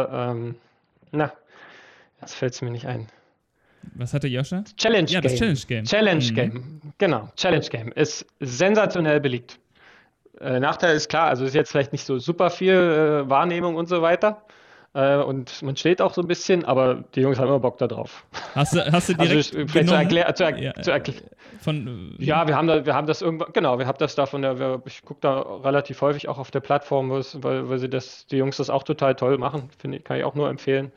jetzt fällt es mir nicht ein. Was hatte Joscha? Challenge Game. Ja, das Challenge Game. Challenge Game, genau. Challenge Game ist sensationell beliebt. Nachteil ist klar, also ist jetzt vielleicht nicht so super viel Wahrnehmung und so weiter. Und man steht auch so ein bisschen, aber die Jungs haben immer Bock da drauf. Hast du direkt also Ja, wir haben das irgendwann, genau, wir haben das da ich gucke da relativ häufig auch auf der Plattform, weil die Jungs das auch total toll machen, kann ich auch nur empfehlen.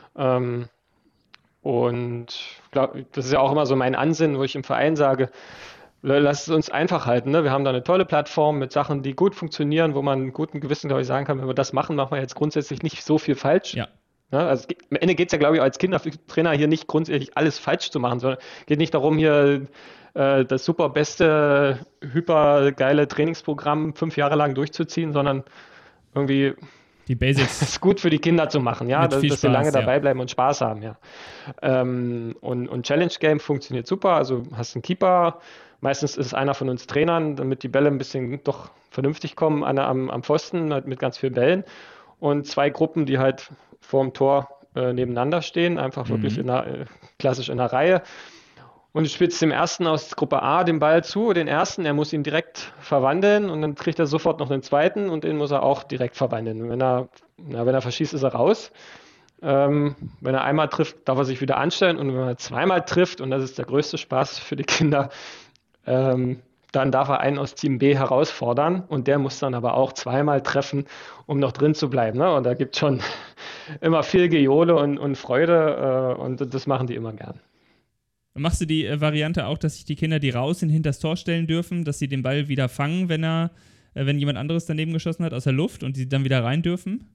Und das ist ja auch immer so mein Ansinnen, wo ich im Verein sage, lasst es uns einfach halten. Ne? Wir haben da eine tolle Plattform mit Sachen, die gut funktionieren, wo man guten Gewissen, glaube ich, sagen kann, wenn wir das machen, machen wir jetzt grundsätzlich nicht so viel falsch. Ja. Ja, also am Ende geht es ja, glaube ich, als Kindertrainer hier nicht grundsätzlich alles falsch zu machen, sondern es geht nicht darum, hier das super beste, hypergeile Trainingsprogramm 5 Jahre lang durchzuziehen, sondern irgendwie die Basics ist gut für die Kinder zu machen, ja, dass sie lange dabei bleiben und Spaß haben, ja. Und Challenge Game funktioniert super, also hast einen Keeper, meistens ist es einer von uns Trainern, damit die Bälle ein bisschen doch vernünftig kommen, einer am Pfosten mit ganz vielen Bällen und 2 Gruppen, die halt vorm Tor nebeneinander stehen, einfach wirklich klassisch in einer Reihe. Und du spielst dem ersten aus Gruppe A den Ball zu, den ersten, er muss ihn direkt verwandeln und dann kriegt er sofort noch den zweiten und den muss er auch direkt verwandeln. Und wenn er verschießt, ist er raus. Wenn er einmal trifft, darf er sich wieder anstellen und wenn er zweimal trifft, und das ist der größte Spaß für die Kinder, dann darf er einen aus Team B herausfordern und der muss dann aber auch zweimal treffen, um noch drin zu bleiben. Ne? Und da gibt es schon immer viel Gejohle und Freude und das machen die immer gern. Machst du die Variante auch, dass sich die Kinder, die raus sind, hinter das Tor stellen dürfen, dass sie den Ball wieder fangen, wenn jemand anderes daneben geschossen hat aus der Luft und die dann wieder rein dürfen?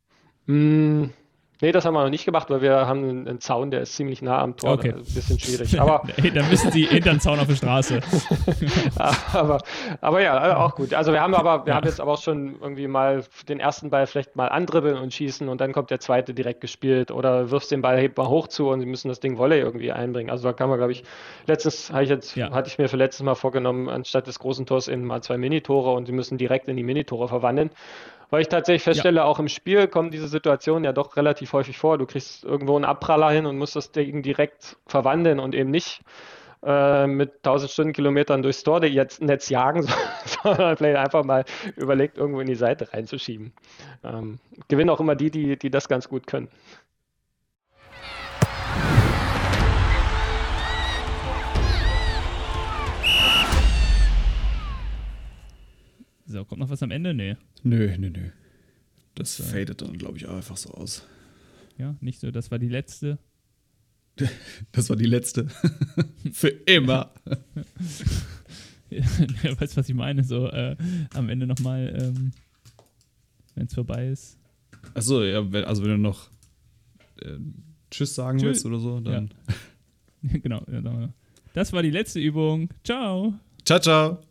Nee, das haben wir noch nicht gemacht, weil wir haben einen Zaun, der ist ziemlich nah am Tor. Okay. Das ist ein bisschen schwierig. Aber dann müssen sie hinter den Zaun auf der Straße. aber ja, auch gut. Also wir haben jetzt aber auch schon irgendwie mal den ersten Ball vielleicht mal andribbeln und schießen und dann kommt der zweite direkt gespielt oder wirfst den Ball, hebt mal hoch zu und sie müssen das Ding Volley irgendwie einbringen. Also da kann man, glaube ich, hatte ich mir für letztes Mal vorgenommen, anstatt des großen Tors eben mal 2 Minitore und sie müssen direkt in die Minitore verwandeln. Weil ich tatsächlich feststelle, auch im Spiel kommen diese Situationen ja doch relativ häufig vor. Du kriegst irgendwo einen Abpraller hin und musst das Ding direkt verwandeln und eben nicht mit 1000 Stundenkilometern durchs Netz jagen, sondern vielleicht einfach mal überlegt, irgendwo in die Seite reinzuschieben. Gewinnen auch immer die das ganz gut können. So, kommt noch was am Ende? Nee. Nö. Das fadet dann, glaube ich, auch einfach so aus. Ja, nicht so, das war die letzte. Das war die letzte. Für immer. Weißt du, was ich meine? So am Ende nochmal, wenn es vorbei ist. Achso, ja, wenn du noch Tschüss sagen willst oder so, dann. Ja. Genau. Das war die letzte Übung. Ciao. Ciao.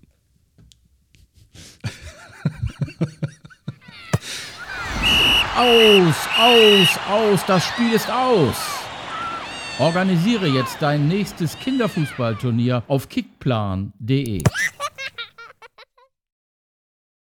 Aus, das Spiel ist aus. Organisiere jetzt dein nächstes Kinderfußballturnier auf kickplan.de.